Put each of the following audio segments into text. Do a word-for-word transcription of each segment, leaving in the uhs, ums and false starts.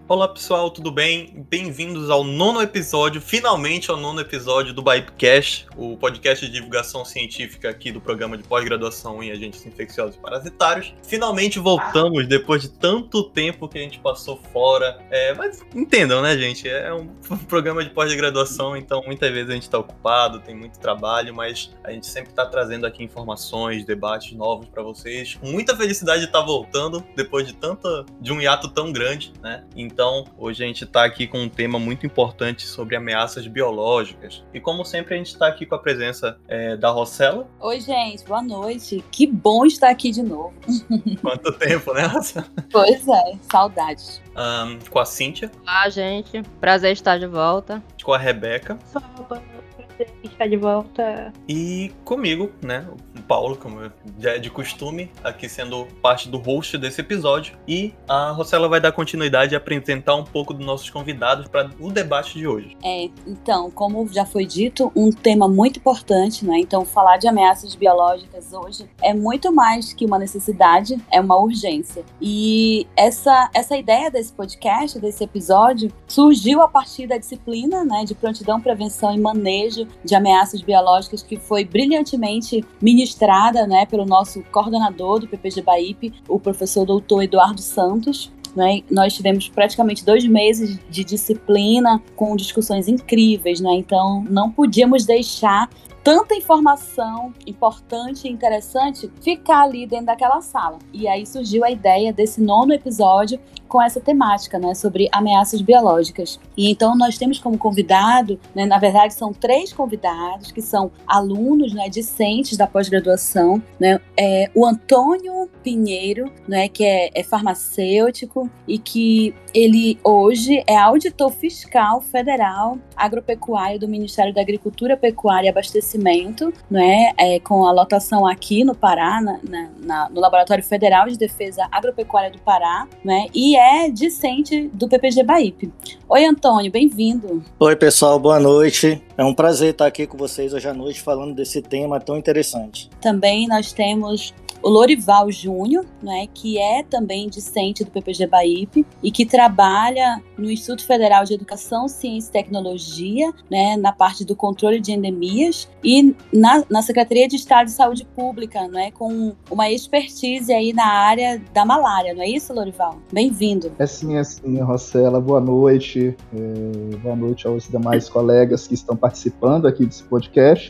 Olá pessoal, tudo bem? Bem-vindos ao nono episódio, finalmente ao nono episódio do BAIPcast, o podcast de divulgação científica aqui do programa de pós-graduação em agentes infecciosos e parasitários. Finalmente voltamos depois de tanto tempo que a gente passou fora, é, mas entendam, né gente, é um programa de pós-graduação, então muitas vezes a gente está ocupado, tem muito trabalho, mas a gente sempre está trazendo aqui informações, debates novos para vocês. Com muita felicidade de estar voltando depois de tanta, de um hiato tão grande, né? Então, hoje a gente está aqui com um tema muito importante sobre ameaças biológicas. E como sempre, a gente está aqui com a presença é, da Rossella. Oi, gente, boa noite. Que bom estar aqui de novo. Quanto tempo, né, Rossella? Pois é, saudades. Um, com a Cíntia. Olá, gente. Prazer estar de volta. Com a Rebeca. Prazer estar de volta. E comigo, né, o Paulo, como já é de costume, aqui sendo parte do host desse episódio. E a Rossella vai dar continuidade e apresentar um pouco dos nossos convidados para o debate de hoje. É, então, como já foi dito, um tema muito importante, né? Então, falar de ameaças biológicas hoje é muito mais que uma necessidade, é uma urgência. E essa, essa ideia desse podcast, desse episódio, surgiu a partir da disciplina, né, de prontidão, prevenção e manejo de ameaças biológicas, que foi brilhantemente ministrada, né, pelo nosso coordenador do P P G BAIP, o professor doutor Eduardo Santos. Né? Nós tivemos praticamente dois meses de disciplina com discussões incríveis, né? Então não podíamos deixar tanta informação importante e interessante ficar ali dentro daquela sala. E aí surgiu a ideia desse nono episódio com essa temática, né, sobre ameaças biológicas. E então nós temos como convidado, né, na verdade são três convidados que são alunos, né, discentes da pós-graduação, né, é, o Antônio Pinheiro, né, que é, é farmacêutico e que ele hoje é auditor fiscal federal agropecuário do Ministério da Agricultura, Pecuária e Abastecimento, né, é, com a lotação aqui no Pará, na, na, no Laboratório Federal de Defesa Agropecuária do Pará, né, e é discente do P P G BAIP. Oi, Antônio, bem-vindo. Oi, pessoal, boa noite. É um prazer estar aqui com vocês hoje à noite falando desse tema tão interessante. Também nós temos o Lorival Júnior, né, que é também discente do P P G BAIP e que trabalha no Instituto Federal de Educação, Ciência e Tecnologia, né, na parte do controle de endemias e na, na Secretaria de Estado de Saúde Pública, né, com uma expertise aí na área da malária, não é isso, Lorival? Bem-vindo. É sim, é sim, Rossella, boa noite, é, boa noite aos demais colegas que estão participando aqui desse podcast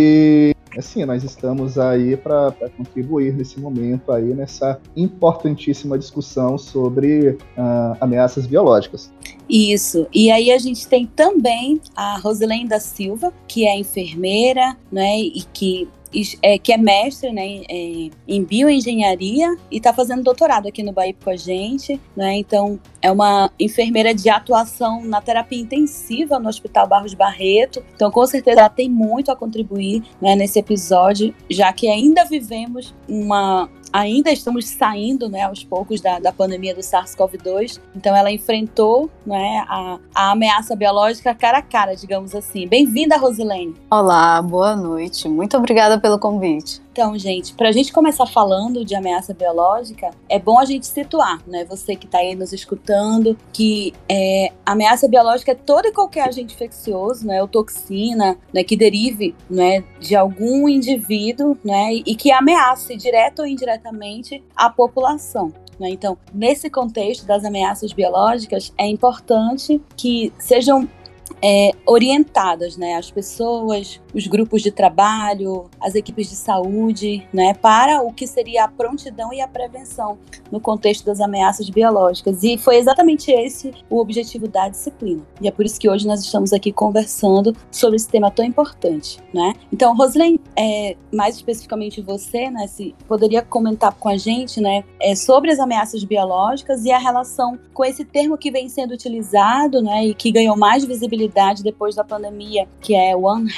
e assim, nós estamos aí para contribuir nesse momento aí, nessa importantíssima discussão sobre uh, ameaças biológicas. Isso, e aí a gente tem também a Rosilene da Silva, que é enfermeira, né, e que É, que é mestre, né, é, em bioengenharia e está fazendo doutorado aqui no BAIP com a gente, né, então é uma enfermeira de atuação na terapia intensiva no Hospital Barros Barreto, então com certeza ela tem muito a contribuir, né, nesse episódio, já que ainda vivemos uma... Ainda estamos saindo, né, aos poucos da, da pandemia do SARS-CoV dois, então ela enfrentou, né, a, a ameaça biológica cara a cara, digamos assim. Bem-vinda, Rosilene. Olá, boa noite. Muito obrigada pelo convite. Então, gente, para a gente começar falando de ameaça biológica, é bom a gente situar, né, você que está aí nos escutando, que é, ameaça biológica é todo e qualquer agente infeccioso, né, ou toxina, né, que derive, né, de algum indivíduo, né, e que ameace direto ou indiretamente a população. Então, nesse contexto das ameaças biológicas, é importante que sejam É, orientadas, né, as pessoas, os grupos de trabalho, as equipes de saúde, né, para o que seria a prontidão e a prevenção no contexto das ameaças biológicas. E foi exatamente esse o objetivo da disciplina. E é por isso que hoje nós estamos aqui conversando sobre esse tema tão importante, né? Então, Rosilene, é, mais especificamente você, né, se poderia comentar com a gente, né, é, sobre as ameaças biológicas e a relação com esse termo que vem sendo utilizado, né, e que ganhou mais visibilidade depois da pandemia, que é One Health.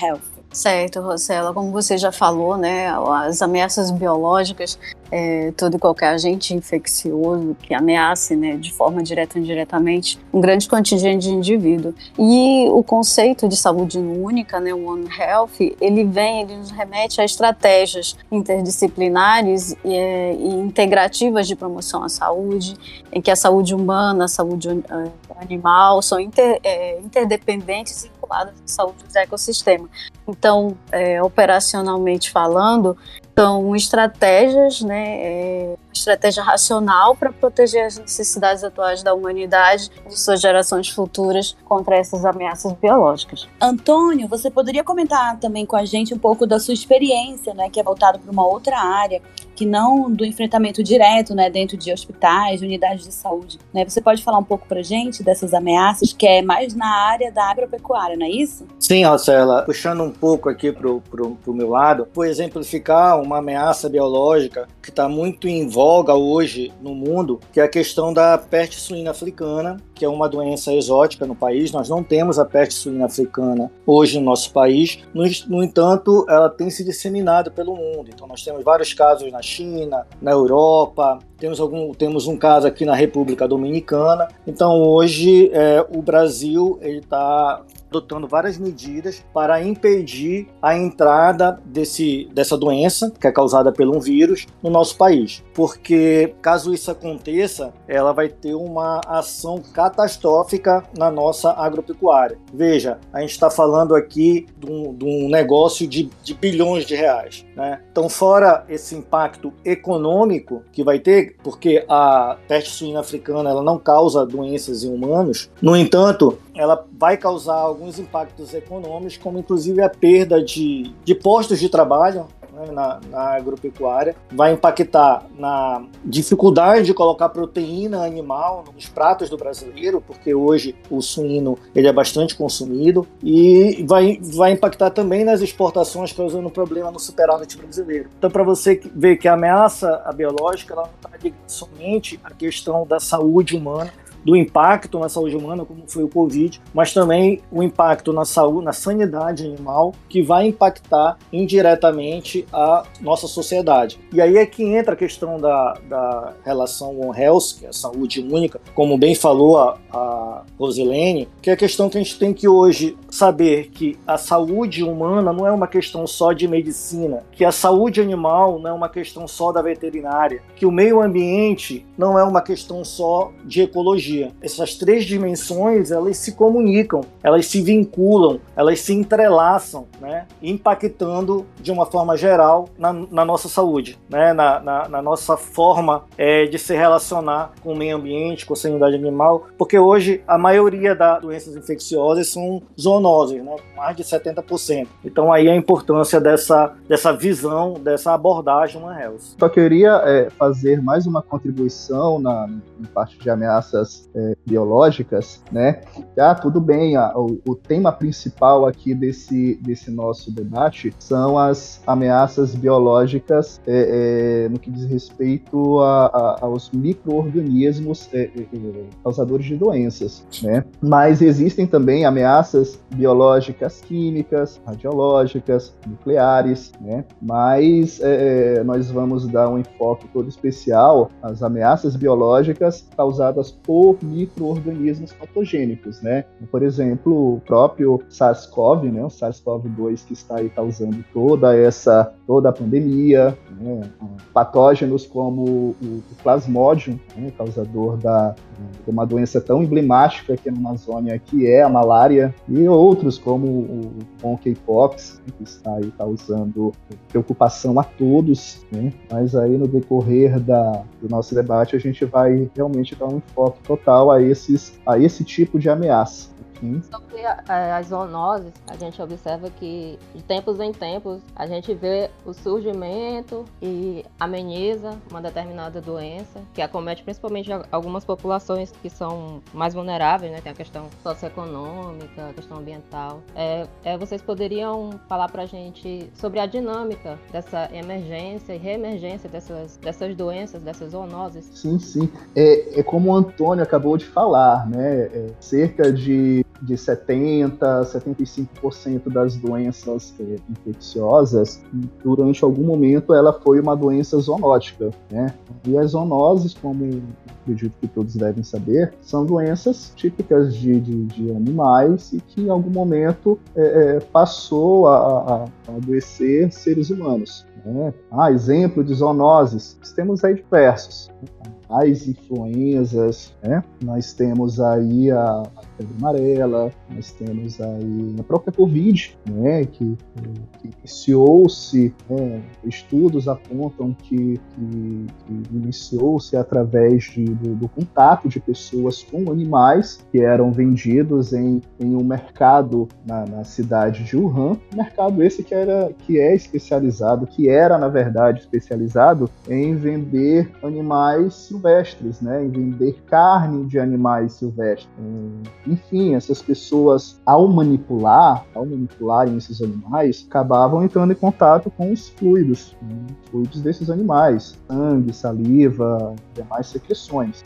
Certo, Rosela, como você já falou, né, as ameaças biológicas, é, todo e qualquer agente infeccioso que ameace, né, de forma direta ou indiretamente, um grande contingente de indivíduo. E o conceito de saúde única, né, One Health, ele vem, ele nos remete a estratégias interdisciplinares e, é, e integrativas de promoção à saúde, em que a saúde humana, a saúde uh, animal são inter, é, interdependentes e vinculadas à saúde do ecossistema. Então, é, operacionalmente falando, são estratégias, né, é, estratégia racional para proteger as necessidades atuais da humanidade e de suas gerações futuras contra essas ameaças biológicas. Antônio, você poderia comentar também com a gente um pouco da sua experiência, né, que é voltada para uma outra área, que não do enfrentamento direto, né, dentro de hospitais, de unidades de saúde, né? Você pode falar um pouco para a gente dessas ameaças, que é mais na área da agropecuária, não é isso? Sim, Rosela, puxando um pouco aqui para o meu lado, vou exemplificar uma ameaça biológica que está muito em voga hoje no mundo, que é a questão da peste suína africana, que é uma doença exótica no país. Nós não temos a peste suína africana hoje no nosso país, no, no entanto, ela tem se disseminado pelo mundo. Então nós temos vários casos na China, na Europa, temos, algum, temos um caso aqui na República Dominicana. Então hoje é, o Brasil está adotando várias medidas para impedir a entrada desse, dessa doença, que é causada por um vírus, no nosso país. Porque, caso isso aconteça, ela vai ter uma ação catastrófica na nossa agropecuária. Veja, a gente está falando aqui de um, de um negócio de, de bilhões de reais, né? Então, fora esse impacto econômico que vai ter, porque a peste suína africana ela não causa doenças em humanos, no entanto, ela vai causar alguns impactos econômicos, como inclusive a perda de, de postos de trabalho, né, na, na agropecuária, vai impactar na dificuldade de colocar proteína animal nos pratos do brasileiro, porque hoje o suíno ele é bastante consumido, e vai, vai impactar também nas exportações, causando um problema no superávit brasileiro. Então, para você ver que a ameaça a biológica ela não está ligada somente à questão da saúde humana, do impacto na saúde humana, como foi o Covid, mas também o impacto na saúde, na sanidade animal, que vai impactar indiretamente a nossa sociedade. E aí é que entra a questão da, da relação One Health, que é a saúde única, como bem falou a, a Rosilene, que é a questão que a gente tem que hoje saber que a saúde humana não é uma questão só de medicina, que a saúde animal não é uma questão só da veterinária, que o meio ambiente não é uma questão só de ecologia. Essas três dimensões, elas se comunicam, elas se vinculam, elas se entrelaçam, né, impactando de uma forma geral na, na nossa saúde, né, na, na, na nossa forma é, de se relacionar com o meio ambiente, com a sanidade animal, porque hoje a maioria das doenças infecciosas são zoonoses, né, mais de setenta por cento. Então aí a importância dessa, dessa visão, dessa abordagem One Health. Só queria é, fazer mais uma contribuição na, na parte de ameaças É, biológicas, né? Ah, tudo bem, a, o, o tema principal aqui desse, desse nosso debate são as ameaças biológicas é, é, no que diz respeito a, a, aos micro-organismos é, é, causadores de doenças, né? Mas existem também ameaças biológicas químicas, radiológicas, nucleares, né? Mas é, nós vamos dar um enfoque todo especial às ameaças biológicas causadas por micro-organismos patogênicos, né? Por exemplo, o próprio SARS-CoV, né? O SARS-CoV dois que está aí causando toda essa, toda a pandemia, né? Patógenos como o, o Plasmodium, né? Causador da, de uma doença tão emblemática aqui na Amazônia, que é a malária, e outros como o monkeypox, né? Que está aí causando preocupação a todos, né? Mas aí no decorrer da, do nosso debate a gente vai realmente dar um enfoque total a, esses, a esse tipo de ameaça. Sobre as zoonoses, a gente observa que de tempos em tempos a gente vê o surgimento e ameniza uma determinada doença que acomete principalmente algumas populações que são mais vulneráveis, né? Tem a questão socioeconômica, a questão ambiental. É, é, vocês poderiam falar pra gente sobre a dinâmica dessa emergência e reemergência dessas, dessas doenças, dessas zoonoses? Sim, sim. É, é como o Antônio acabou de falar, né? É, cerca de de setenta, setenta e cinco por cento das doenças é, infecciosas, durante algum momento ela foi uma doença zoonótica, né? E as zoonoses, como acredito que todos devem saber, são doenças típicas de, de, de animais e que em algum momento é, é, passou a, a, a adoecer seres humanos. Né? Ah, exemplo de zoonoses, nós temos aí diversos. As influenzas, né? Nós temos aí a, a febre amarela, nós temos aí a própria Covid, né? que, que iniciou-se, né? Estudos apontam que, que, que iniciou-se através de, do, do contato de pessoas com animais que eram vendidos em, em um mercado na, na cidade de Wuhan, um mercado esse que, era, que é especializado, que era na verdade especializado em vender animais silvestres, né, em vender carne de animais silvestres. Enfim, essas pessoas, ao manipular, ao manipularem esses animais, acabavam entrando em contato com os fluidos, né, fluidos desses animais, sangue, saliva, demais secreções.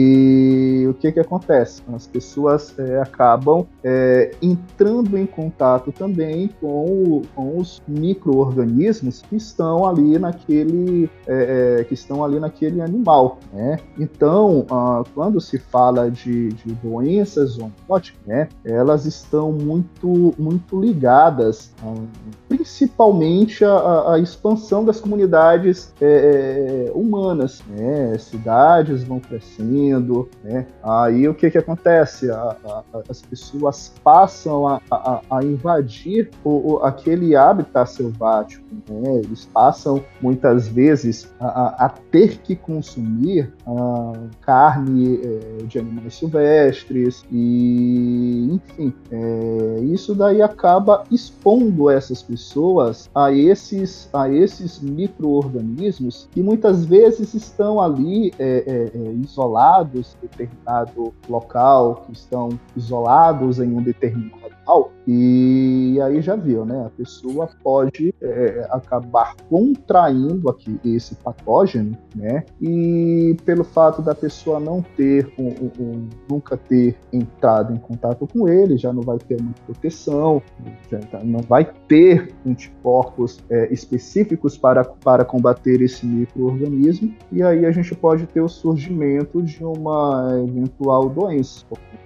E o que que acontece? As pessoas é, acabam é, entrando em contato também com, o, com os micro-organismos que estão ali naquele, é, é, que estão ali naquele animal, né? Então, ah, quando se fala de, de doenças zoonóticas, né, elas estão muito, muito ligadas, ah, principalmente à, à expansão das comunidades é, humanas, né? Cidades vão crescendo, né? Aí o que que acontece? A, a, as pessoas passam a, a, a invadir o, o, aquele habitat selvático, né? Eles passam muitas vezes a, a, a ter que consumir a carne é, de animais silvestres e, enfim, é, isso daí acaba expondo essas pessoas a esses, a esses micro-organismos que muitas vezes estão ali é, é, é, isolados em determinado local, que estão isolados em um determinado local, e aí já viu, né? A pessoa pode é, acabar contraindo aqui esse patógeno, né? E pelo fato da pessoa não ter, um, um, um, nunca ter entrado em contato com ele, já não vai ter uma proteção, já não vai ter anticorpos é, específicos para, para combater esse micro-organismo, e aí a gente pode ter o surgimento de uma eventual doença.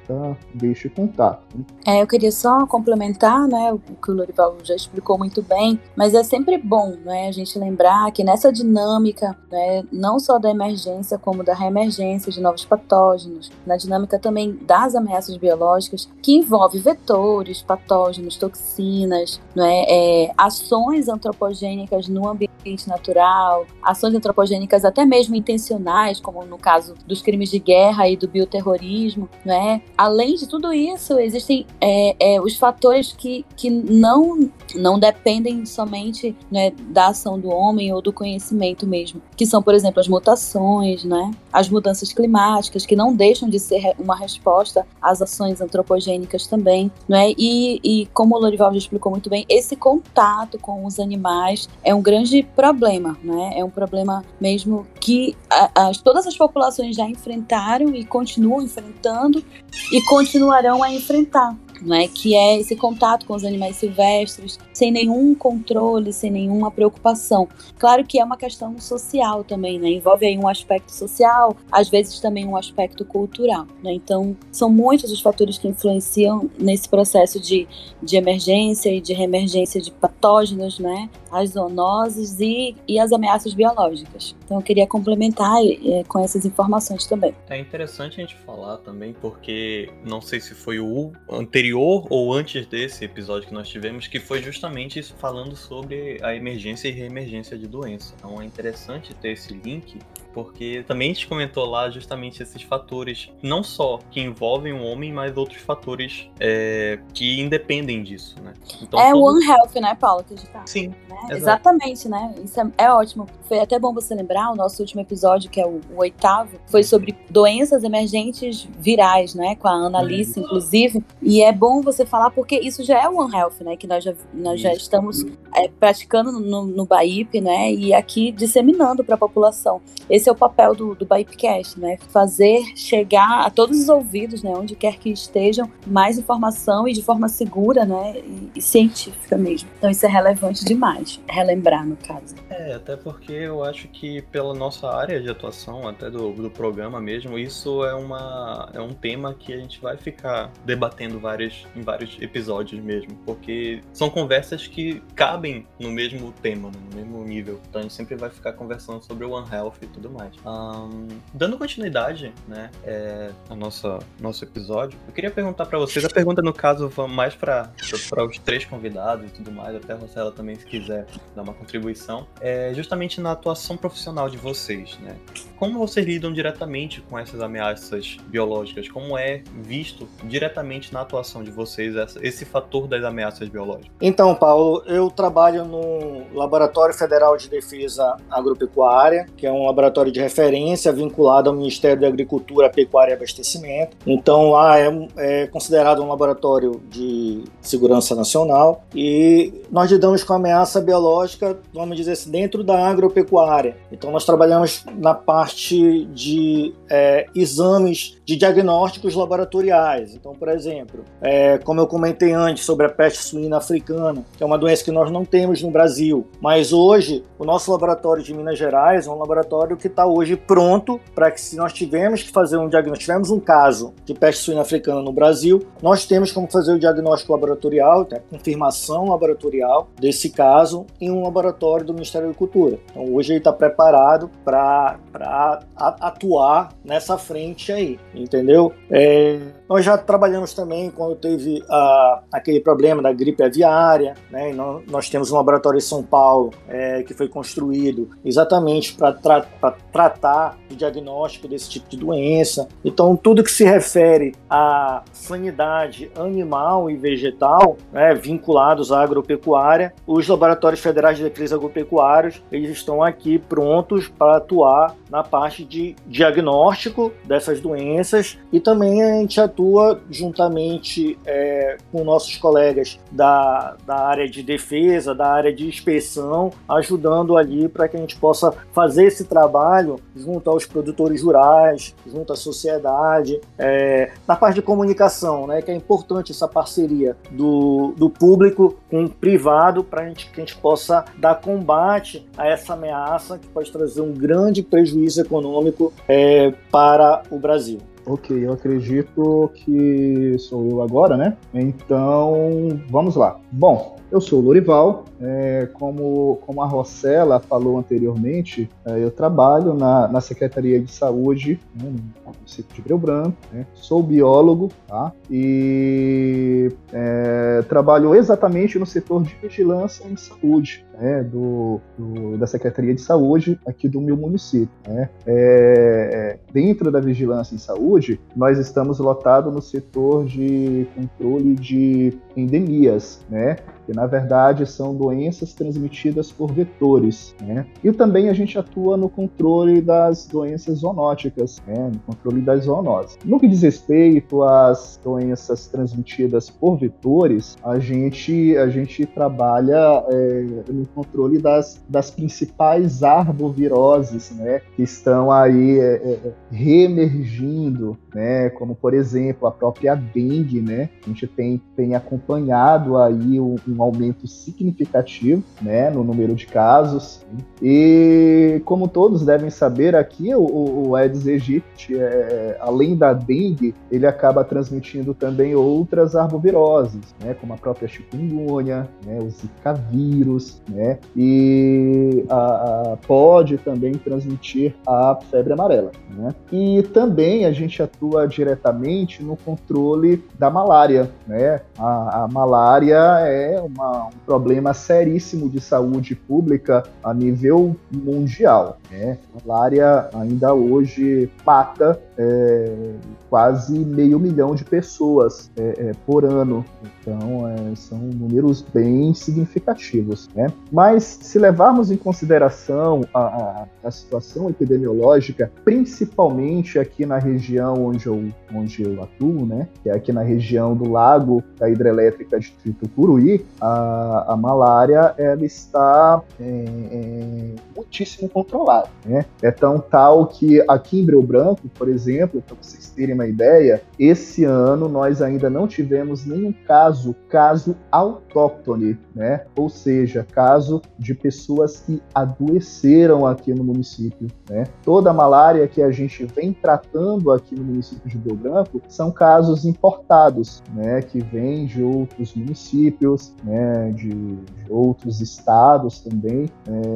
Deixe contato. É, eu queria só complementar, né, o que o Lorival já explicou muito bem, mas é sempre bom, né, a gente lembrar que nessa dinâmica, né, não só da emergência como da reemergência de novos patógenos, na dinâmica também das ameaças biológicas, que envolve vetores, patógenos, toxinas, né, é, ações antropogênicas no ambiente natural, ações antropogênicas até mesmo intencionais, como no caso dos crimes de guerra e do bioterrorismo, né. Além de tudo isso, existem é, é, os fatores que, que não, não dependem somente, né, da ação do homem ou do conhecimento mesmo, que são, por exemplo, as mutações, né, as mudanças climáticas, que não deixam de ser uma resposta às ações antropogênicas também, né, e, e como o Lorival já explicou muito bem, esse contato com os animais é um grande problema, né, é um problema mesmo que a, a, todas as populações já enfrentaram e continuam enfrentando, e continuarão a enfrentar, não é? Que é esse contato com os animais silvestres, sem nenhum controle, sem nenhuma preocupação. Claro que é uma questão social também, né? Envolve aí um aspecto social, às vezes também um aspecto cultural, né? Então, são muitos os fatores que influenciam nesse processo de, de emergência e de reemergência de patógenos, né? As zoonoses e, e as ameaças biológicas. Então, eu queria complementar é, com essas informações também. É interessante a gente falar também, porque não sei se foi o anterior ou antes desse episódio que nós tivemos, que foi justamente isso, falando sobre a emergência e reemergência de doença. Então é interessante ter esse link, porque também a gente comentou lá justamente esses fatores, não só que envolvem o homem, mas outros fatores é, que independem disso, né? Então, é todo... o One Health, né, Paulo? Que a gente tá, Sim. Né? É, exatamente, né? Isso é, é ótimo. Foi até bom você lembrar, o nosso último episódio, que é o, o oitavo, foi sobre doenças emergentes virais, né? Com a Ana Alice, inclusive. E é bom você falar, porque isso já é o One Health, né? Que nós já, nós já estamos é, praticando no, no B A I P, né? E aqui disseminando para a população. Esse é o papel do, do B A I P Cast, né? Fazer chegar a todos os ouvidos, né? Onde quer que estejam, mais informação e de forma segura, né? E, e científica mesmo. Então isso é relevante demais, relembrar no caso. É, até porque eu acho que pela nossa área de atuação, até do, do programa mesmo, isso é, uma, é um tema que a gente vai ficar debatendo vários, em vários episódios mesmo, porque são conversas que cabem no mesmo tema, no mesmo nível. Então a gente sempre vai ficar conversando sobre o One Health e tudo mais. Um, dando continuidade, né, é, ao nosso, nosso episódio, eu queria perguntar para vocês, a pergunta no caso mais para os três convidados e tudo mais, até a Rossella também se quiser dar uma contribuição, é justamente na atuação profissional de vocês, né? Como vocês lidam diretamente com essas ameaças biológicas? Como é visto diretamente na atuação de vocês essa, esse fator das ameaças biológicas? Então, Paulo, eu trabalho no Laboratório Federal de Defesa Agropecuária, que é um laboratório de referência vinculado ao Ministério da Agricultura, Pecuária e Abastecimento. Então, lá é, é considerado um laboratório de segurança nacional e nós lidamos com a ameaça biológica, vamos dizer assim, dentro da agropecuária. Então, nós trabalhamos na parte de é, exames de diagnósticos laboratoriais. Então, por exemplo, é, como eu comentei antes sobre a peste suína africana, que é uma doença que nós não temos no Brasil, mas hoje o nosso laboratório de Minas Gerais é um laboratório que está hoje pronto para que, se nós tivermos que fazer um diagnóstico, tivermos um caso de peste suína africana no Brasil, nós temos como fazer o diagnóstico laboratorial, a confirmação laboratorial desse caso em um laboratório do Ministério da Agricultura. Então, hoje ele está preparado para atuar nessa frente aí, entendeu? É, nós já trabalhamos também quando teve a, aquele problema da gripe aviária, né? Nós, nós temos um laboratório em São Paulo é, que foi construído exatamente para tra tratar o diagnóstico desse tipo de doença. Então, tudo que se refere à sanidade animal e vegetal, né, vinculados à agropecuária, os laboratórios federais de defesa agropecuários, eles estão aqui prontos para atuar na parte de diagnóstico dessas doenças, e também a gente atua juntamente é, com nossos colegas da, da área de defesa, da área de inspeção, ajudando ali para que a gente possa fazer esse trabalho junto aos produtores rurais, junto à sociedade, é, na parte de comunicação, né, que é importante essa parceria do, do público com o privado para que a gente possa dar combate a essa ameaça que pode trazer um grande prejuízo econômico é, para o Brasil. Ok, eu acredito que sou eu agora, né? Então, vamos lá. Bom, eu sou o Lorival, é, como, como a Rossella falou anteriormente, é, eu trabalho na, na Secretaria de Saúde, né, no município de Rio Branco, né, sou biólogo, tá? E é, trabalho exatamente no setor de vigilância em saúde, né, do, do, da Secretaria de Saúde aqui do meu município, né? É, dentro da vigilância em saúde, nós estamos lotados no setor de controle de endemias, né? Que na verdade são doenças transmitidas por vetores, né? E também a gente atua no controle das doenças zoonóticas, né? No controle das zoonoses. No que diz respeito às doenças transmitidas por vetores, a gente, a gente trabalha é, no controle das, das principais arboviroses, né? Que estão aí é, é, reemergindo, né? Como por exemplo a própria dengue, né? A gente tem, tem acompanhado aí um, um aumento significativo, né, no número de casos. E como todos devem saber aqui, o, o Aedes aegypti, é, além da dengue, ele acaba transmitindo também outras arboviroses, né, como a própria chikungunya, né, o zika vírus, né, e a, a, pode também transmitir a febre amarela, né. E também a gente atua diretamente no controle da malária, né. A, a malária é uma, um problema seríssimo de saúde pública a nível mundial, né? A malária ainda hoje mata é, quase meio milhão de pessoas é, é, por ano. Então, é, são números bem significativos, né? Mas, se levarmos em consideração a, a, a situação epidemiológica, principalmente aqui na região onde eu, onde eu atuo, né? Que é aqui na região do lago da hidrelétrica de Tucuruí, a, a malária ela está é, é, muitíssimo controlada, né? É tão tal que aqui em Breu Branco, por exemplo, para vocês terem uma ideia, esse ano nós ainda não tivemos nenhum caso, caso autóctone, né? Ou seja, caso de pessoas que adoeceram aqui no município, né? Toda a malária que a gente vem tratando aqui no município de Breu Branco são casos importados, né? Que vêm de outros municípios, né? De, de outros estados também.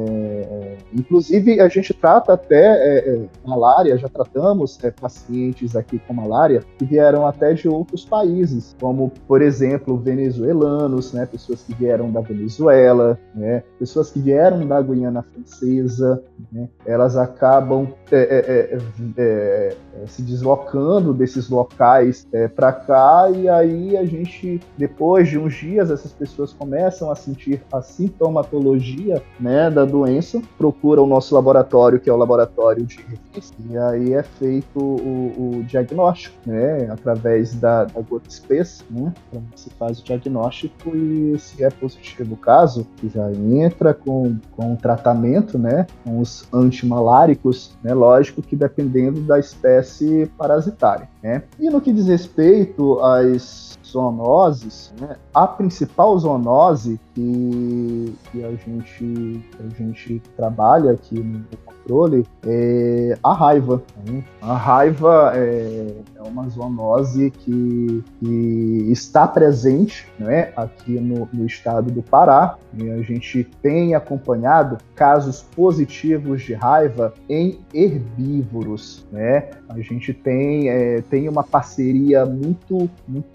É, inclusive, a gente trata até é, é, malária, já tratamos é, pacientes aqui com malária que vieram até de outros países, como, por exemplo, venezuelanos, né? Pessoas que vieram da Venezuela, né? Pessoas que vieram da Guiana Francesa, né? Elas acabam é, é, é, é, se deslocando desses locais é, para cá, e aí a gente, depois de uns dias, essas pessoas começam a sentir a sintomatologia, né, da doença, procuram o nosso laboratório, que é o laboratório de Recife, e aí é feito o, o diagnóstico, né, através da, da gota espessa, né, se faz o diagnóstico, e se é positivo o caso, que já entra com, com o tratamento, né, com os antimaláricos, né, lógico que dependendo da espécie parasitária, né. E no que diz respeito às zoonoses, né, a principal zoonose que, que a, gente, a gente trabalha aqui no controle é a raiva, né? A raiva é, é uma zoonose que, que está presente, né, aqui no, no estado do Pará, e a gente tem acompanhado casos positivos de raiva em herbívoros, né? A gente tem, é, tem uma parceria muito,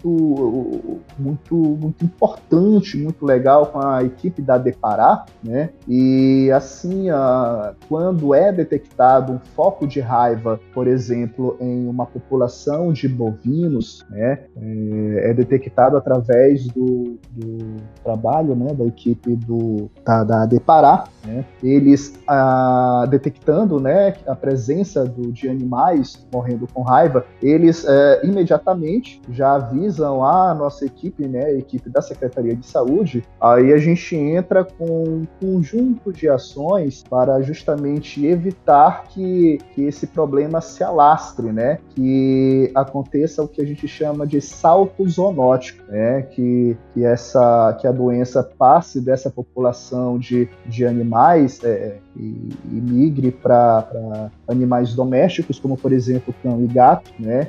muito, muito, muito importante, muito legal com a equipe da Depará, né? E assim, a, quando é detectado um foco de raiva, por exemplo, em uma população de bovinos, né? É, é detectado através do, do trabalho, né, da equipe do, da, da Depará, né? Eles a, detectando, né, a presença do, de animais morrendo com raiva, eles é, imediatamente já avisam a nossa equipe, né, a equipe da Secretaria de Saúde. Aí a gente entra com um conjunto de ações para justamente evitar que, que esse problema se alastre, né, que aconteça o que a gente chama de salto zoonótico, né, que, que, essa, que a doença passe dessa população de, de animais é, e, e migre para animais domésticos, como por exemplo cão e gato, né?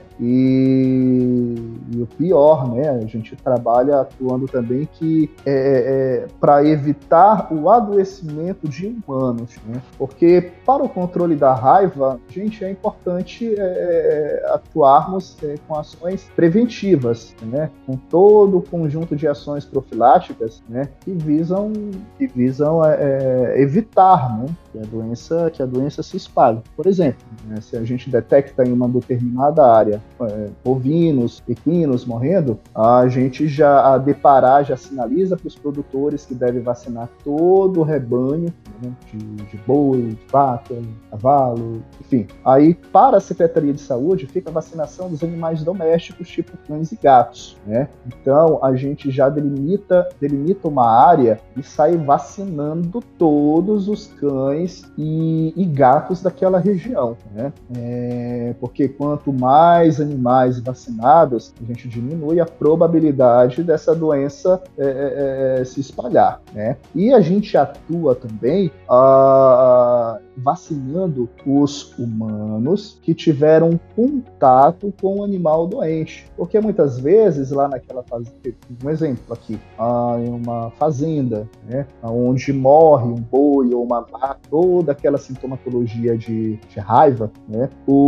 E, e o pior, né? A gente trabalha atuando também que é, é, para evitar o adoecimento de humanos, né? Porque para o controle da raiva, gente, é importante é, atuarmos é, com ações preventivas, né? Com todo o conjunto de ações profiláticas, né? Que visam, que visam é, evitar, né? Que a doença, que a doença se espalhe. Por exemplo, né, se a gente detecta em uma determinada área é, bovinos, equinos morrendo, a gente já a Depará já sinaliza para os produtores que devem vacinar todo o rebanho, né, de, de boi, de vaca, cavalo, enfim. Aí, para a Secretaria de Saúde, fica a vacinação dos animais domésticos, tipo cães e gatos, né? Então, a gente já delimita, delimita uma área e sai vacinando todos os cães e, e gatos daquela região, né? É, porque quanto mais animais vacinados, a gente diminui a probabilidade dessa doença é, é, é, se espalhar, né? E a gente atua também uh, vacinando os humanos que tiveram contato com o animal doente. Porque muitas vezes, lá naquela fazenda, um exemplo aqui, em uma fazenda, né, onde morre um boi ou uma vaca, toda aquela sintomatologia de, de raiva, né,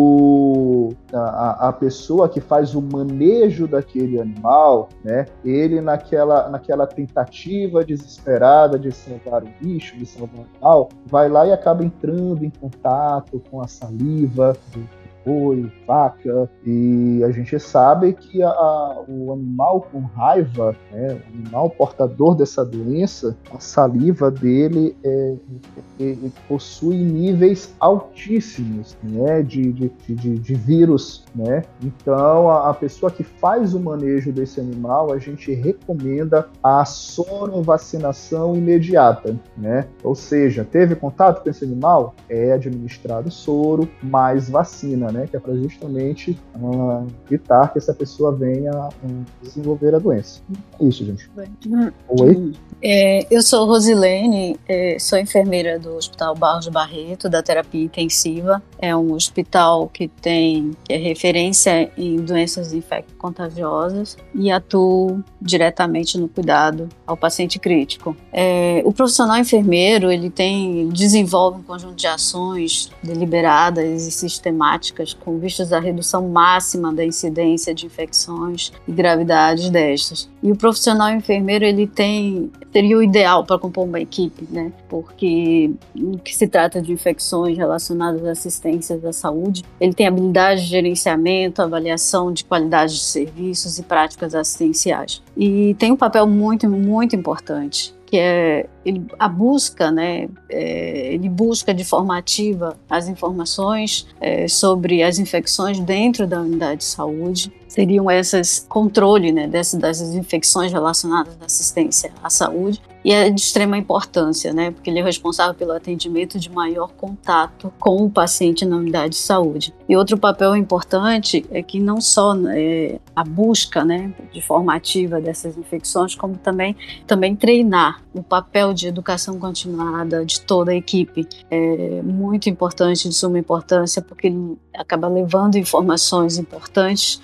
o, a, a pessoa que faz o manejo daquele animal, né, ele naquela, naquela tentativa desesperada de salvar o bicho, de salvar o animal, vai lá e acaba entrando em contato com a saliva do boi, vaca, e a gente sabe que a, a, o animal com raiva, né, o animal portador dessa doença, a saliva dele é, é, é, possui níveis altíssimos, né, de, de, de, de vírus, né? Então a, a pessoa que faz o manejo desse animal, a gente recomenda a sorovacinação imediata, né? Ou seja, teve contato com esse animal, é administrado soro mais vacina, né, que é para justamente uh, evitar que essa pessoa venha a uh, desenvolver a doença. É isso, gente. Oi? É, eu sou Rosilene, é, sou enfermeira do Hospital Barros Barreto, da terapia intensiva. É um hospital que tem que é referência em doenças infecto-contagiosas e atuo diretamente no cuidado ao paciente crítico. É, o profissional enfermeiro, ele tem, desenvolve um conjunto de ações deliberadas e sistemáticas com vistas à redução máxima da incidência de infecções e gravidades destas. E o profissional enfermeiro, ele tem, seria o ideal para compor uma equipe, né? Porque no que se trata de infecções relacionadas à assistência da saúde, ele tem habilidade de gerenciamento, avaliação de qualidade de serviços e práticas assistenciais. E tem um papel muito, muito importante, que é ele, a busca, né, é, ele busca de forma ativa as informações é, sobre as infecções dentro da unidade de saúde. Seriam essas controle, né, dessas, dessas infecções relacionadas à assistência à saúde. E é de extrema importância, né, porque ele é responsável pelo atendimento de maior contato com o paciente na unidade de saúde. E outro papel importante é que não só é, a busca, né, de forma ativa dessas infecções, como também, também treinar o papel de educação continuada de toda a equipe. É muito importante, de suma importância, porque ele acaba levando informações importantes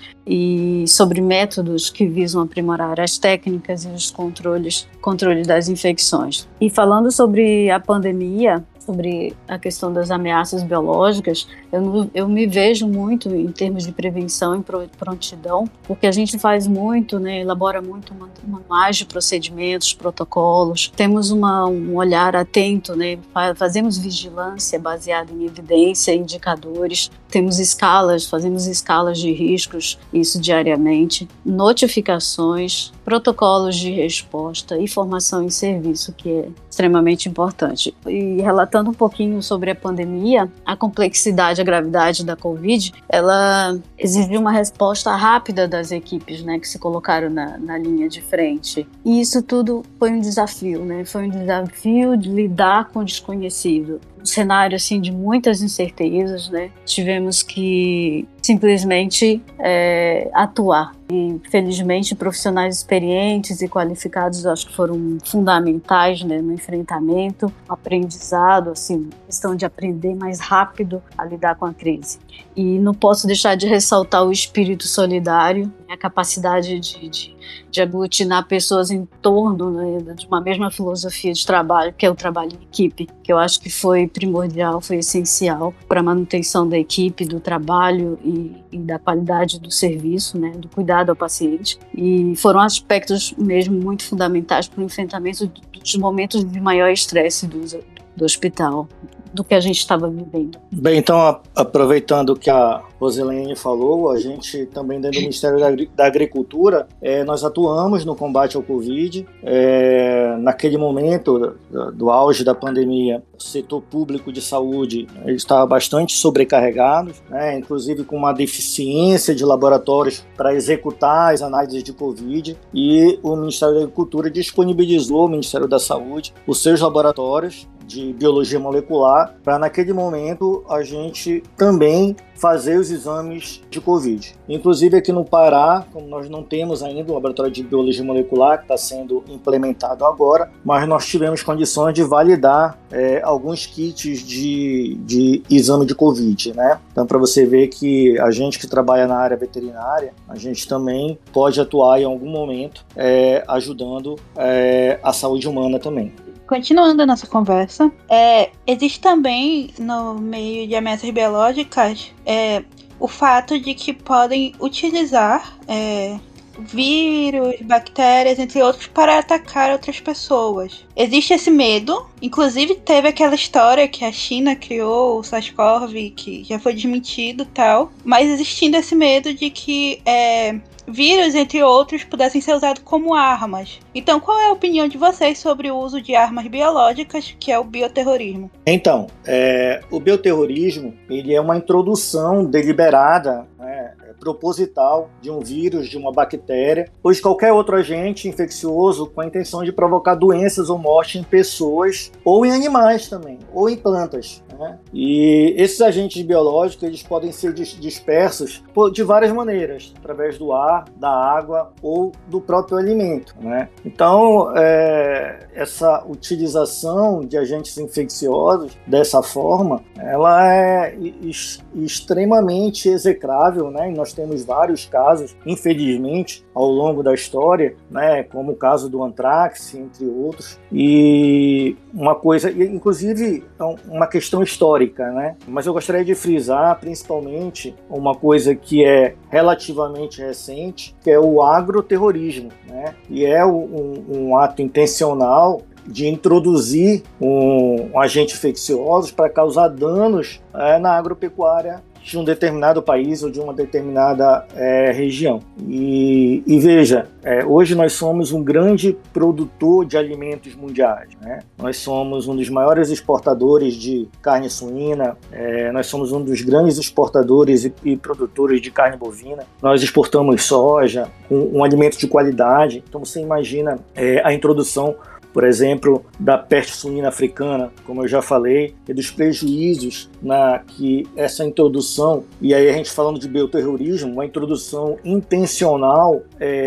e sobre métodos que visam aprimorar as técnicas e os controles, controle das infecções. E falando sobre a pandemia, sobre a questão das ameaças biológicas, eu, eu me vejo muito em termos de prevenção e prontidão, porque a gente faz muito, né, elabora muito manuais de procedimentos, protocolos, temos uma, um olhar atento, né, fazemos vigilância baseada em evidência, indicadores, temos escalas, fazemos escalas de riscos, isso diariamente, notificações, protocolos de resposta e formação em serviço, que é extremamente importante. E relatando um pouquinho sobre a pandemia, a complexidade, a gravidade da Covid, ela exigiu uma resposta rápida das equipes, né, que se colocaram na, na linha de frente. E isso tudo foi um desafio, né? Foi um desafio de lidar com o desconhecido. Um cenário assim de muitas incertezas, né? Tivemos que simplesmente é, atuar. E felizmente profissionais experientes e qualificados, acho que foram fundamentais, né, no enfrentamento, aprendizado, assim, questão de aprender mais rápido a lidar com a crise. E não posso deixar de ressaltar o espírito solidário, a capacidade de, de, de aglutinar pessoas em torno, né, de uma mesma filosofia de trabalho, que é o trabalho em equipe, que eu acho que foi primordial, foi essencial para a manutenção da equipe, do trabalho e, e da qualidade do serviço, né, do cuidado ao paciente. E foram aspectos mesmo muito fundamentais para o enfrentamento dos momentos de maior estresse do, do hospital, do que a gente estava vivendo. Bem, então, aproveitando o que a Rosilene falou, a gente também dentro do Ministério da Agricultura, é, nós atuamos no combate ao Covid. É, naquele momento do, do auge da pandemia, o setor público de saúde ele estava bastante sobrecarregado, né, inclusive com uma deficiência de laboratórios para executar as análises de Covid, e o Ministério da Agricultura disponibilizou ao Ministério da Saúde os seus laboratórios de biologia molecular, para naquele momento a gente também fazer os exames de Covid. Inclusive aqui no Pará, como nós não temos ainda o laboratório de biologia molecular, que está sendo implementado agora, mas nós tivemos condições de validar é, alguns kits de, de exame de Covid, né? Então, para você ver que a gente que trabalha na área veterinária, a gente também pode atuar em algum momento é, ajudando é, a saúde humana também. Continuando a nossa conversa, é, existe também no meio de ameaças biológicas é, o fato de que podem utilizar é, vírus, bactérias, entre outros, para atacar outras pessoas. Existe esse medo, inclusive teve aquela história que a China criou o SARS-CoV, que já foi desmentido e tal, mas existindo esse medo de que é, vírus, entre outros, pudessem ser usados como armas. Então, qual é a opinião de vocês sobre o uso de armas biológicas, que é o bioterrorismo? Então, é, o bioterrorismo ele é uma introdução deliberada, né, proposital de um vírus, de uma bactéria, ou de qualquer outro agente infeccioso com a intenção de provocar doenças ou morte em pessoas ou em animais também, ou em plantas, né? E esses agentes biológicos eles podem ser dispersos de várias maneiras, através do ar, da água ou do próprio alimento, né? Então, é, essa utilização de agentes infecciosos dessa forma, ela é extremamente execrável, né? E nós temos vários casos, infelizmente, ao longo da história, né? Como o caso do antrax, entre outros. E uma coisa, inclusive, uma questão histórica, né? Mas eu gostaria de frisar, principalmente, uma coisa que é relativamente recente, que é o agroterrorismo, né? E é um, um ato intencional de introduzir um, um agente infeccioso para causar danos é, na agropecuária de um determinado país ou de uma determinada é, região. E, e veja, é, hoje nós somos um grande produtor de alimentos mundiais, né? Nós somos um dos maiores exportadores de carne suína, é, nós somos um dos grandes exportadores e, e produtores de carne bovina, nós exportamos soja, um, um alimento de qualidade. Então você imagina é, a introdução, por exemplo, da peste suína africana, como eu já falei, e dos prejuízos na que essa introdução, e aí a gente falando de bioterrorismo, uma introdução intencional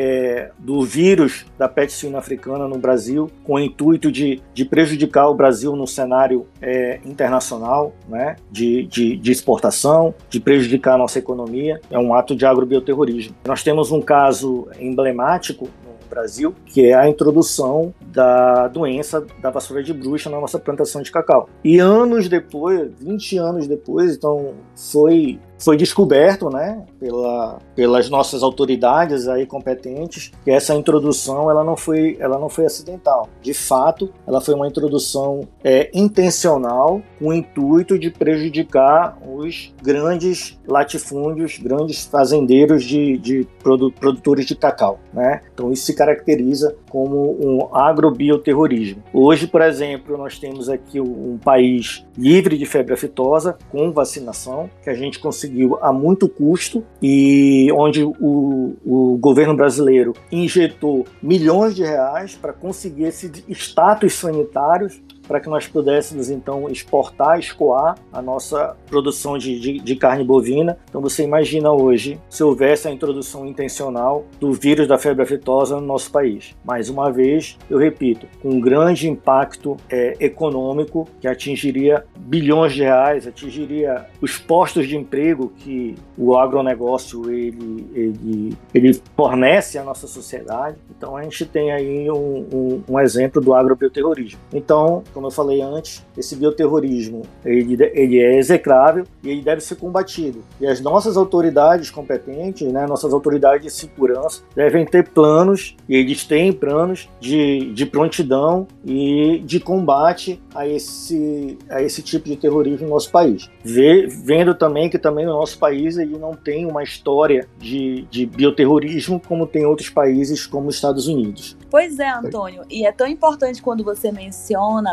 é, do vírus da peste suína africana no Brasil, com o intuito de, de prejudicar o Brasil no cenário é, internacional, né, de, de, de exportação, de prejudicar a nossa economia, é um ato de agrobioterrorismo. Nós temos um caso emblemático Brasil, que é a introdução da doença da vassoura de bruxa na nossa plantação de cacau. E anos depois, vinte anos depois, então foi foi descoberto, né, pela, pelas nossas autoridades aí competentes, que essa introdução ela não foi, ela não foi acidental. De fato, ela foi uma introdução é, intencional, com o intuito de prejudicar os grandes latifúndios, grandes fazendeiros de, de produ, produtores de cacau, né? Então isso se caracteriza como um agrobioterrorismo. Hoje, por exemplo, nós temos aqui um país livre de febre aftosa, com vacinação, que a gente conseguiu a muito custo e onde o, o governo brasileiro injetou milhões de reais para conseguir esse status sanitário para que nós pudéssemos, então, exportar, escoar a nossa produção de, de, de carne bovina. Então, você imagina hoje, se houvesse a introdução intencional do vírus da febre aftosa no nosso país. Mais uma vez, eu repito, com um grande impacto é, econômico que atingiria bilhões de reais, atingiria os postos de emprego que o agronegócio ele, ele, ele fornece à nossa sociedade. Então, a gente tem aí um, um, um exemplo do agrobioterrorismo. Então, como eu falei antes, esse bioterrorismo ele, ele é execrável e ele deve ser combatido. E as nossas autoridades competentes, né, nossas autoridades de segurança, devem ter planos, e eles têm planos de, de prontidão e de combate a esse, a esse tipo de terrorismo no nosso país. Vê, vendo também que também no nosso país ele não tem uma história de, de bioterrorismo como tem outros países como os Estados Unidos. Pois é, Antônio, e é tão importante quando você menciona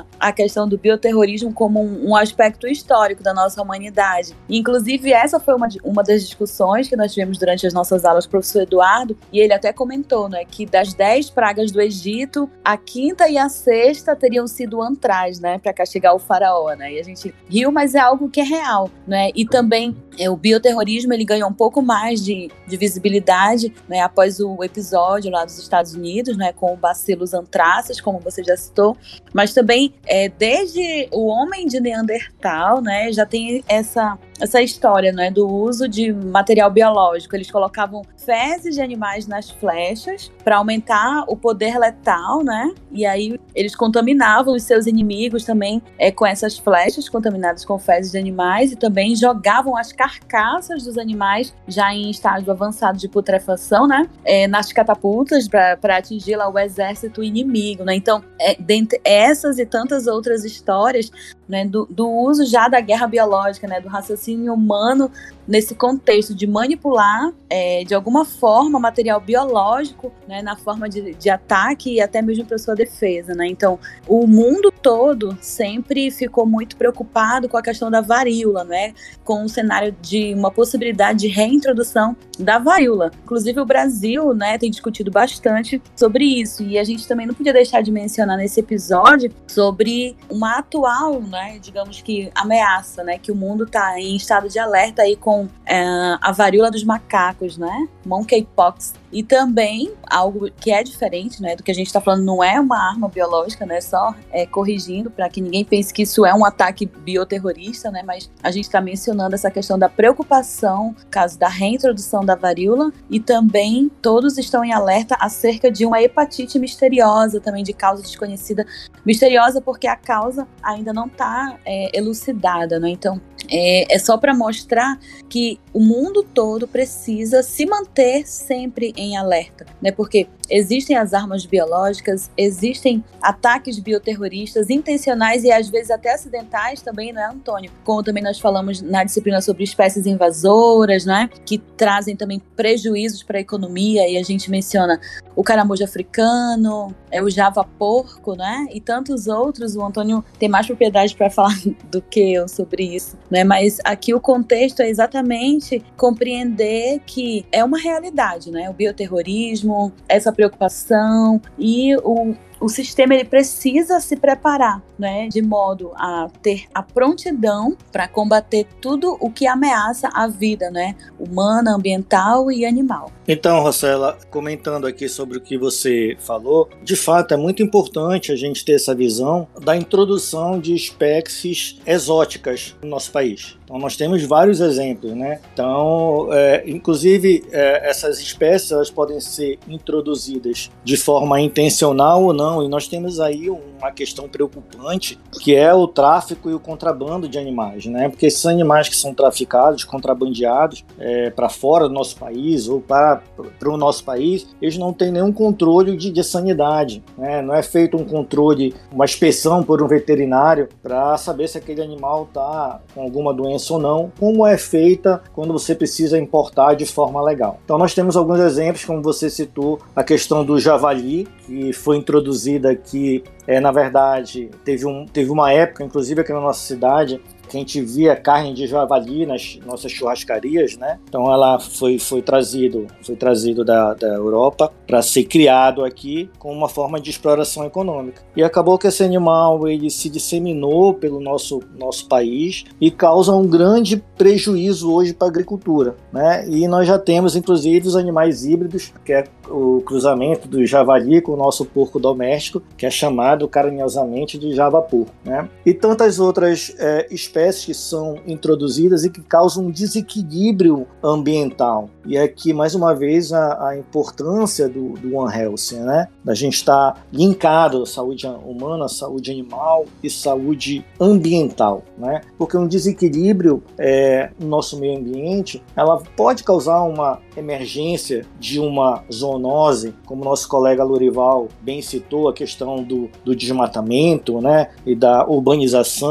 a questão do bioterrorismo como um, um aspecto histórico da nossa humanidade. Inclusive, essa foi uma, uma das discussões que nós tivemos durante as nossas aulas com o professor Eduardo, e ele até comentou, né, que das dez pragas do Egito, a quinta e a sexta teriam sido antraz, né, para castigar o faraó, né, e a gente riu, mas é algo que é real, né, e também é, o bioterrorismo, ele ganhou um pouco mais de, de visibilidade, né, após o episódio lá dos Estados Unidos, né, com o bacilos antráceos, como você já citou, mas também é, desde o homem de Neandertal, né, já tem essa, essa história, né, do uso de material biológico. Eles colocavam fezes de animais nas flechas para aumentar o poder letal, né, e aí eles contaminavam os seus inimigos também é, com essas flechas contaminadas com fezes de animais, e também jogavam as carcaças dos animais já em estágio avançado de putrefação, né, é, nas catapultas para atingir lá o exército inimigo, né. Então, é, dentre essas e tantas outras histórias, né, do, do uso já da guerra biológica, né, do raciocínio humano nesse contexto de manipular é, de alguma forma material biológico, né, na forma de, de ataque e até mesmo para sua defesa, né. Então, o mundo todo sempre ficou muito preocupado com a questão da varíola, né, com o cenário de uma possibilidade de reintrodução da varíola. Inclusive, o Brasil, né, tem discutido bastante sobre isso, e a gente também não podia deixar de mencionar nesse episódio sobre uma atual, né, digamos que ameaça, né, que o mundo está em estado de alerta aí com é, a varíola dos macacos, né, monkeypox, e também algo que é diferente, né, do que a gente está falando, não é uma arma biológica, né, só é, corrigindo para que ninguém pense que isso é um ataque bioterrorista, né, mas a gente está mencionando essa questão da preocupação, caso da reintrodução da varíola, e também todos estão em alerta acerca de uma hepatite misteriosa, também de causa desconhecida, misteriosa porque a causa ainda não está é, elucidada, né, então é, é só para mostrar que o mundo todo precisa se manter sempre em alerta, né? Porque existem as armas biológicas, existem ataques bioterroristas intencionais e às vezes até acidentais também, não é, Antônio? Como também nós falamos na disciplina sobre espécies invasoras, né? Que trazem também prejuízos para a economia, e a gente menciona o caramujo africano, é, o java-porco, né? E tantos outros. O Antônio tem mais propriedade para falar do que eu sobre isso, né? Mas aqui o contexto é exatamente compreender que é uma realidade, né? O bioterrorismo, essa preocupação, e o o sistema ele precisa se preparar, né, de modo a ter a prontidão para combater tudo o que ameaça a vida, né, humana, ambiental e animal. Então, Rosela, comentando aqui sobre o que você falou, de fato é muito importante a gente ter essa visão da introdução de espécies exóticas no nosso país. Então, nós temos vários exemplos, né? Então, é, inclusive, é, essas espécies elas podem ser introduzidas de forma intencional ou não, e nós temos aí uma questão preocupante, que é o tráfico e o contrabando de animais, né? Porque esses animais que são traficados, contrabandeados é, para fora do nosso país ou para, para o nosso país, eles não têm nenhum controle de, de sanidade, né? Não é feito um controle, uma inspeção por um veterinário para saber se aquele animal está com alguma doença ou não, como é feita quando você precisa importar de forma legal. Então nós temos alguns exemplos, como você citou, a questão do javali, que foi introduzida aqui, é, na verdade, teve, um, teve uma época, inclusive aqui na nossa cidade, que a gente via carne de javali nas nossas churrascarias, né? Então ela foi, foi trazido, foi trazido da, da Europa para ser criado aqui como uma forma de exploração econômica. E acabou que esse animal ele se disseminou pelo nosso, nosso país e causa um grande prejuízo hoje para a agricultura, né? E nós já temos, inclusive, os animais híbridos, que é o cruzamento do javali com o nosso porco doméstico, que é chamado carinhosamente de java-porco, né? E tantas outras é, espécies que são introduzidas e que causam um desequilíbrio ambiental. E aqui, mais uma vez, a, a importância do, do One Health, né? Da gente estar tá linkado à saúde humana, saúde animal e saúde ambiental, né? Porque um desequilíbrio é, no nosso meio ambiente, ela pode causar uma emergência de uma zoonose, como nosso colega Lorival bem citou, a questão do, do desmatamento, né, e da urbanização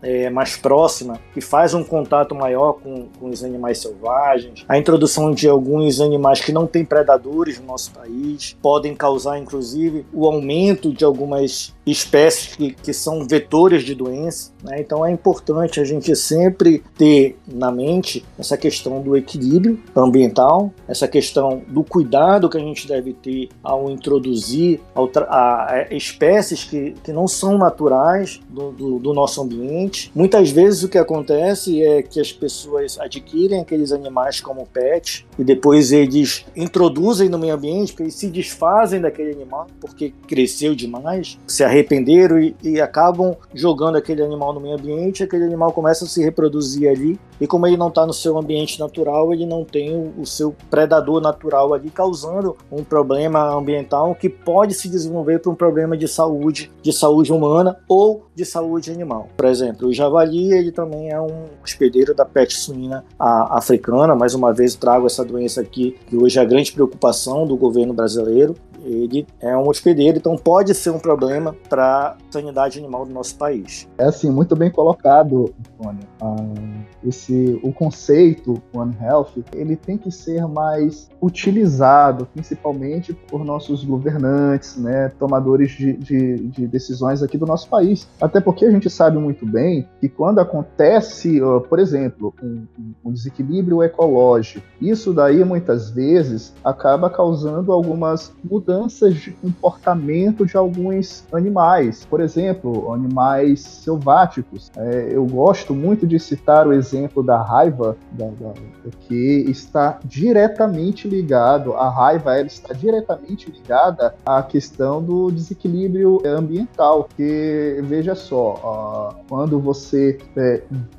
é, mais próxima, que faz um contato maior com, com os animais selvagens, a introdução de alguns animais que não têm predadores no nosso país, podem causar, inclusive, o aumento de algumas espécies que, que são vetores de doença, né? Então é importante a gente sempre ter na mente essa questão do equilíbrio ambiental, essa questão do cuidado que a gente deve ter ao introduzir ao a, a espécies que, que não são naturais do, do, do nosso ambiente. Muitas vezes o que acontece é que as pessoas adquirem aqueles animais como pet e depois eles introduzem no meio ambiente, porque eles se desfazem daquele animal porque cresceu demais, se arrependeram e, e acabam jogando aquele animal no meio ambiente, aquele animal começa a se reproduzir ali, e como ele não está no seu ambiente natural, ele não tem o, o seu predador natural ali, causando um problema ambiental que pode se desenvolver para um problema de saúde, de saúde humana ou de saúde animal. Por exemplo, o javali, ele também é um hospedeiro da peste suína africana. Mais uma vez trago essa doença aqui, que hoje é a grande preocupação do governo brasileiro. Ele é um hospedeiro, então pode ser um problema para a sanidade animal do nosso país. É assim, muito bem colocado, Antônio. Ah, esse, o conceito One Health, ele tem que ser mais utilizado, principalmente por nossos governantes, né, tomadores de, de, de decisões aqui do nosso país. Até porque a gente sabe muito bem que quando acontece, uh, por exemplo, um, um desequilíbrio ecológico, isso daí muitas vezes acaba causando algumas mudanças de comportamento de alguns animais. Por exemplo, animais selváticos. É, eu gosto muito de citar o exemplo da raiva, da, da, que está diretamente ligado, a raiva ela está diretamente ligada à questão do desequilíbrio ambiental. Que, veja só, uh, quando você é,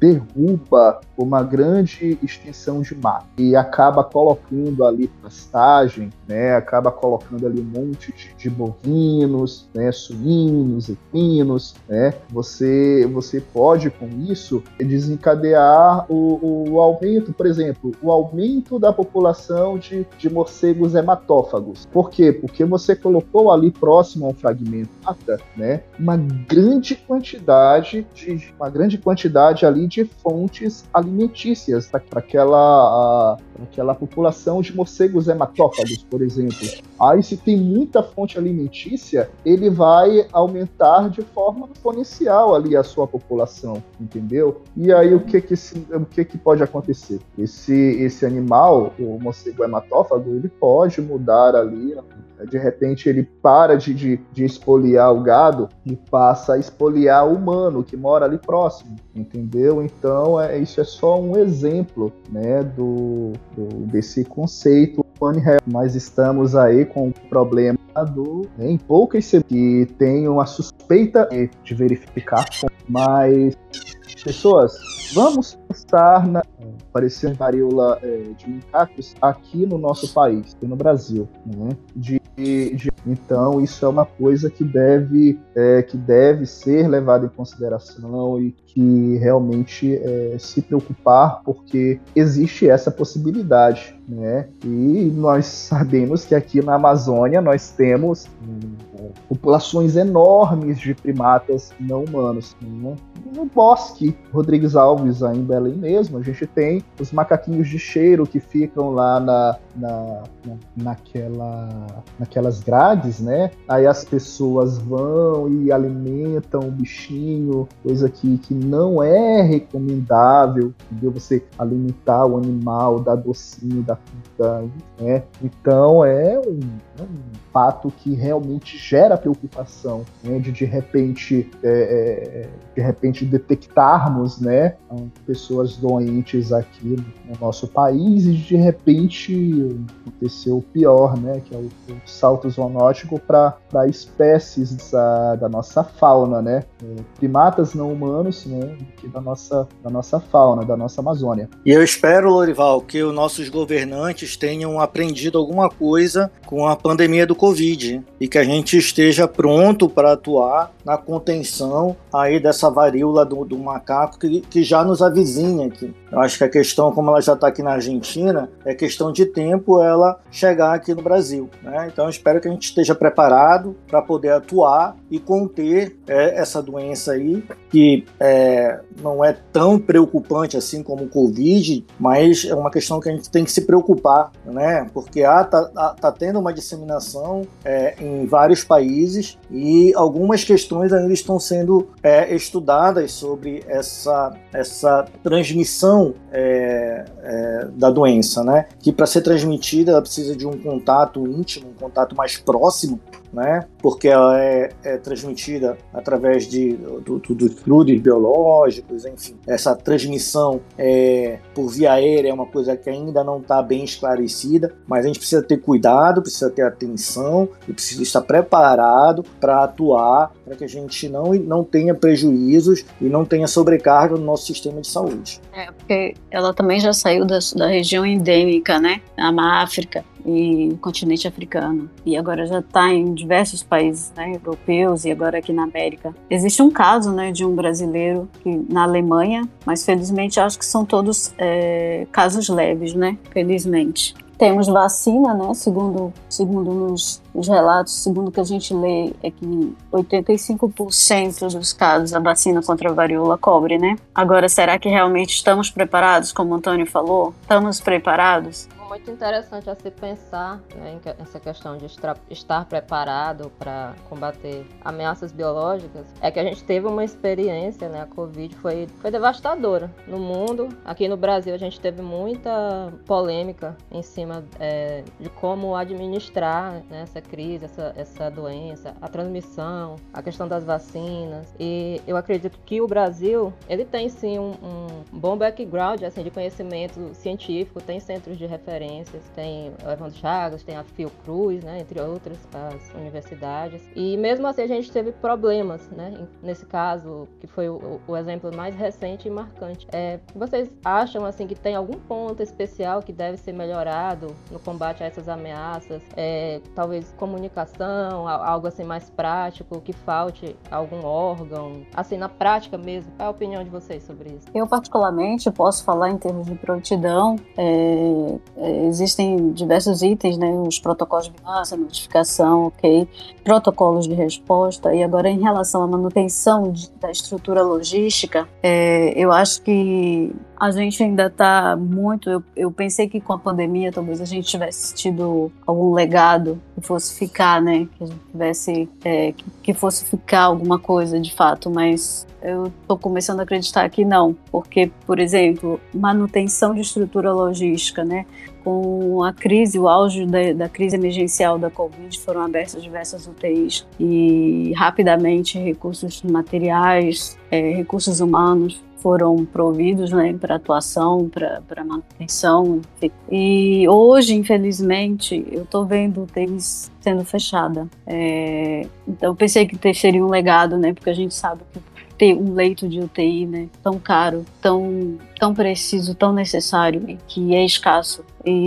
derruba uma grande extensão de mato e acaba colocando ali pastagem, né, acaba colocando ali um monte de, de bovinos, né, suínos, equinos, né, você, você pode com isso desencadear o, o aumento, por exemplo, o aumento da população de, de morcegos hematófagos. Por quê? Porque você colocou ali próximo ao fragmento mata, né, uma grande quantidade de uma grande quantidade ali de fontes alimentícias para aquela, aquela população de morcegos hematófagos, por exemplo. Aí, se tem muita fonte alimentícia, ele vai aumentar de forma exponencial ali a sua população, entendeu? E aí, o que que, o que, que pode acontecer? Esse, esse animal, o morcego hematófago, ele pode mudar ali, de repente ele para de, de, de espoliar o gado e passa a espoliar o humano que mora ali próximo, entendeu? Então, é, isso é só um exemplo, né, do, do, desse conceito One Health. Mas estamos aí com o problema do em poucas que tem uma suspeita de verificar, mas pessoas, vamos pensar na aparição de varíola é, de macacos aqui no nosso país, aqui no Brasil, né? De, de, então isso é uma coisa que deve, é, que deve ser levada em consideração e que realmente é, se preocupar, porque existe essa possibilidade, né? E nós sabemos que aqui na Amazônia nós temos hum, populações enormes de primatas não humanos, né? No Bosque Rodrigues Alves, aí em Belém mesmo, a gente tem os macaquinhos de cheiro que ficam lá na, na, na, naquela, naquelas grades, né? Aí as pessoas vão e alimentam o bichinho, coisa que, que não é recomendável, entendeu? Você alimentar o animal, dar docinho, dar fruta, né? Então é um, é um fato que realmente gera preocupação, né? De de repente, é, é, de repente detectarmos, né, pessoas doentes aqui no nosso país e de repente aconteceu o pior, né, que é o, o salto zoonótico para espécies da, da nossa fauna, né, primatas não humanos, né, aqui da nossa, da nossa fauna, da nossa Amazônia. E eu espero, Lorival, que os nossos governantes governantes tenham aprendido alguma coisa com a pandemia do Covid e que a gente esteja pronto para atuar na contenção aí dessa varíola do, do macaco que, que já nos avizinha aqui. Eu acho que a questão, como ela já está aqui na Argentina, é questão de tempo ela chegar aqui no Brasil, né? Então eu espero que a gente esteja preparado para poder atuar e conter é, essa doença aí, que é, não é tão preocupante assim como o Covid, mas é uma questão que a gente tem que se preocupar, né? Porque ah, tá, ah, tá tendo uma disseminação é, em vários países e algumas questões ainda estão sendo é, estudadas sobre essa, essa transmissão é, é, da doença, né? Que para ser transmitida ela precisa de um contato íntimo, um contato mais próximo, né? Porque ela é, é transmitida através de, do, do, dos fluidos biológicos, enfim. Essa transmissão é, por via aérea é uma coisa que ainda não está bem esclarecida, mas a gente precisa ter cuidado, precisa ter atenção e precisa estar preparado para atuar, para que a gente não, não tenha prejuízos e não tenha sobrecarga no nosso sistema de saúde. É, porque ela também já saiu da, da região endêmica, né? Na África e o continente africano. E agora já está em diversos países, né, europeus e agora aqui na América. Existe um caso, né, de um brasileiro que, na Alemanha, mas felizmente acho que são todos é, casos leves, né? Felizmente. Temos vacina, né? Segundo, segundo nos, os relatos, segundo o que a gente lê, é que oitenta e cinco por cento dos casos a vacina contra a varíola cobre, né? Agora, será que realmente estamos preparados, como o Antônio falou? Estamos preparados? Muito interessante a se pensar, né, em que, essa questão de estar, estar preparado para combater ameaças biológicas. É que a gente teve uma experiência, né, a Covid foi, foi devastadora no mundo. Aqui no Brasil a gente teve muita polêmica em cima é, de como administrar, né, essa crise, essa, essa doença, a transmissão, a questão das vacinas. E eu acredito que o Brasil, ele tem sim um, um bom background assim, de conhecimento científico, tem centros de referência, tem o Evandro Chagas, tem a Fiocruz, né, entre outras as universidades, e mesmo assim a gente teve problemas, né, nesse caso, que foi o, o exemplo mais recente e marcante. É, vocês acham assim que tem algum ponto especial que deve ser melhorado no combate a essas ameaças? É, talvez comunicação, algo assim mais prático, que falte algum órgão, assim na prática mesmo? Qual é a opinião de vocês sobre isso? Eu particularmente posso falar em termos de prontidão. é, Existem diversos itens, né? Os protocolos de vigilância, notificação, ok, protocolos de resposta. E agora, em relação à manutenção de, da estrutura logística, é, eu acho que a gente ainda está muito... Eu, eu pensei que com a pandemia talvez a gente tivesse tido algum legado que fosse ficar, né? Que a gente tivesse... É, que, que fosse ficar alguma coisa de fato, mas eu estou começando a acreditar que não. Porque, por exemplo, manutenção de estrutura logística, né? Com a crise, o auge da, da crise emergencial da Covid, foram abertas diversas U T Is e rapidamente recursos materiais, é, recursos humanos foram providos, né, para atuação, para manutenção, enfim. E hoje, infelizmente, eu estou vendo U T Is sendo fechada. É, então, eu pensei que seria um legado, né, porque a gente sabe que ter um leito de U T I, né, tão caro, tão, tão preciso, tão necessário, que é escasso.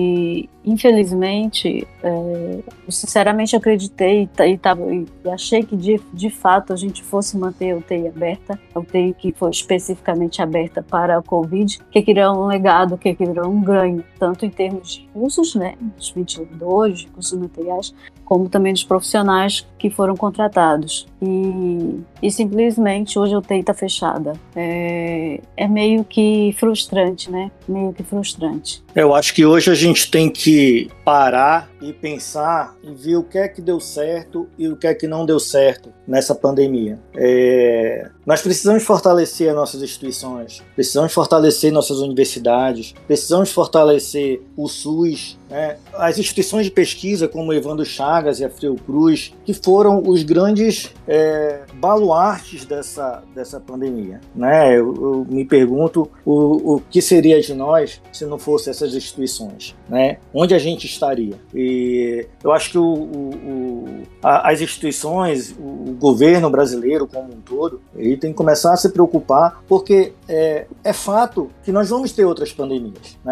E, infelizmente, é, eu sinceramente acreditei e, tava, e achei que, de, de fato, a gente fosse manter a U T I aberta, a U T I que foi especificamente aberta para a Covid, que queria um legado, que queria um ganho, tanto em termos de recursos, né, dos ventiladores, recursos materiais, como também dos profissionais que foram contratados. E, e simplesmente, hoje a U T I está fechada. É, é meio que frustrante, né? Meio que frustrante. Eu acho que hoje a gente tem que parar e pensar e ver o que é que deu certo e o que é que não deu certo nessa pandemia. É, nós precisamos fortalecer as nossas instituições, precisamos fortalecer nossas universidades, precisamos fortalecer o SUS, né? As instituições de pesquisa como o Evandro Chagas e a Fiocruz, que foram os grandes é, baluartes dessa, dessa pandemia, né? Eu, eu me pergunto o, o que seria de nós se não fosse essas instituições, né? Onde a gente estaria? E eu acho que o, o, o, a, as instituições, o, o governo brasileiro como um todo, ele tem que começar a se preocupar, porque é, é fato que nós vamos ter outras pandemias, né?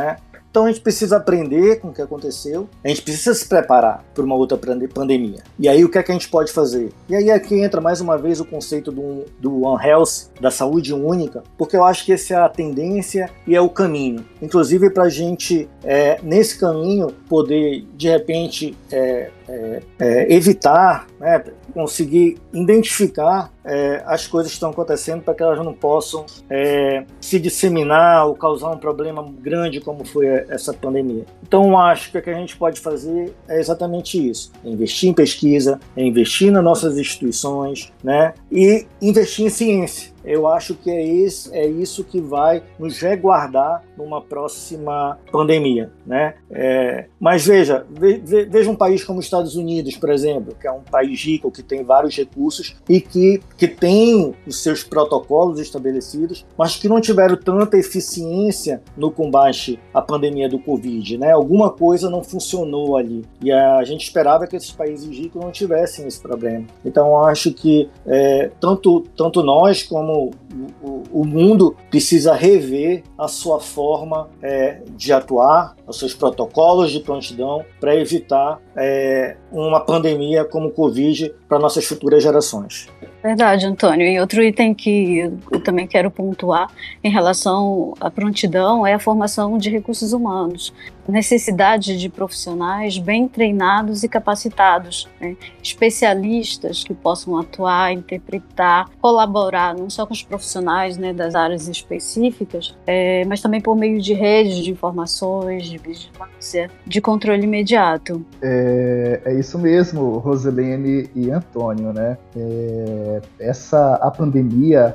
Então a gente precisa aprender com o que aconteceu, a gente precisa se preparar para uma outra pandemia. E aí o que é que a gente pode fazer? E aí aqui entra mais uma vez o conceito do, do One Health, da saúde única, porque eu acho que essa é a tendência e é o caminho. Inclusive para a gente, é, nesse caminho, poder, de repente, é, é, é, evitar, né, conseguir identificar é, as coisas que estão acontecendo para que elas não possam é, se disseminar ou causar um problema grande como foi essa pandemia. Então, eu acho que o que a gente pode fazer é exatamente isso. É investir em pesquisa, é investir nas nossas instituições, né, e investir em ciência. Eu acho que é isso, é isso que vai nos resguardar numa próxima pandemia, né? É, mas veja, ve, veja um país como os Estados Unidos, por exemplo, que é um país rico, que tem vários recursos e que, que tem os seus protocolos estabelecidos, mas que não tiveram tanta eficiência no combate à pandemia do Covid, né? Alguma coisa não funcionou ali e a gente esperava que esses países ricos não tivessem esse problema. Então, eu acho que é, tanto, tanto nós como O, o, o mundo precisa rever a sua forma é, de atuar, os seus protocolos de prontidão para evitar é, uma pandemia como o Covid para nossas futuras gerações. Verdade, Antônio. E outro item que eu também quero pontuar em relação à prontidão é a formação de recursos humanos. A necessidade de profissionais bem treinados e capacitados, né? Especialistas que possam atuar, interpretar, colaborar não só com os profissionais, né, das áreas específicas, é, mas também por meio de redes de informações, de vigilância, de controle imediato. É, é isso mesmo, Roselene e Antônio, né? É, essa a pandemia,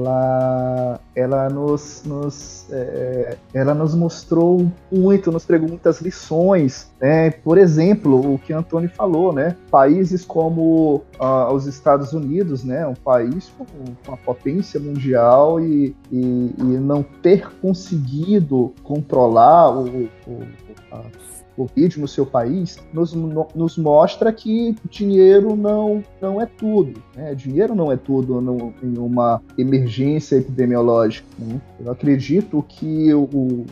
ela, ela nos, nos, é, ela nos mostrou muito, nos pregou muitas lições, né? Por exemplo, o que Antônio falou, né? Países como uh, os Estados Unidos, né? Um país com, com uma potência mundial e, e, e não ter conseguido controlar o, o, a Covid no seu país, nos, nos mostra que dinheiro não, não é tudo, né? Dinheiro não é tudo no, em uma emergência epidemiológica, né? Eu acredito que o, o,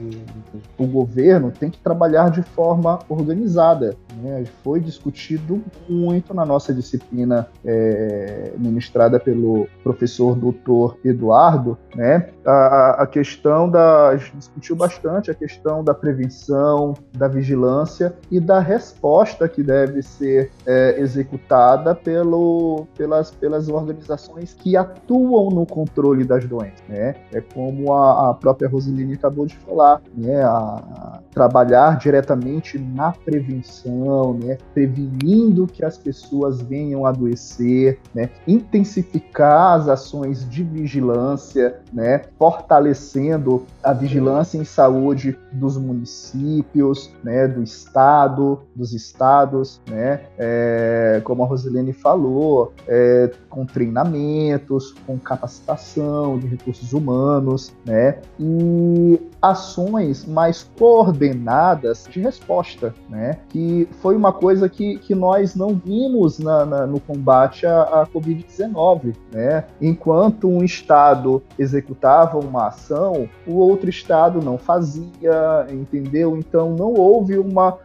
o, o governo tem que trabalhar de forma organizada, né? Foi discutido muito na nossa disciplina é, ministrada pelo professor doutor Eduardo, né? A, a questão da... A gente discutiu bastante a questão da prevenção, da vigilância e da resposta que deve ser é, executada pelo, pelas, pelas organizações que atuam no controle das doenças, né? É como a, a própria Roselene acabou de falar, né? A, a trabalhar diretamente na prevenção, né? Prevenindo que as pessoas venham a adoecer, né? Intensificar as ações de vigilância, né? Fortalecendo a vigilância em saúde dos municípios, né, do estado, dos estados, né, é, como a Roselene falou, é, com treinamentos, com capacitação de recursos humanos, né, e ações mais coordenadas de resposta, né, que foi uma coisa que, que nós não vimos na, na, no combate à, à covid dezenove, né, enquanto um estado executava uma ação, o outro estado não fazia, entendeu? Então não houve uma,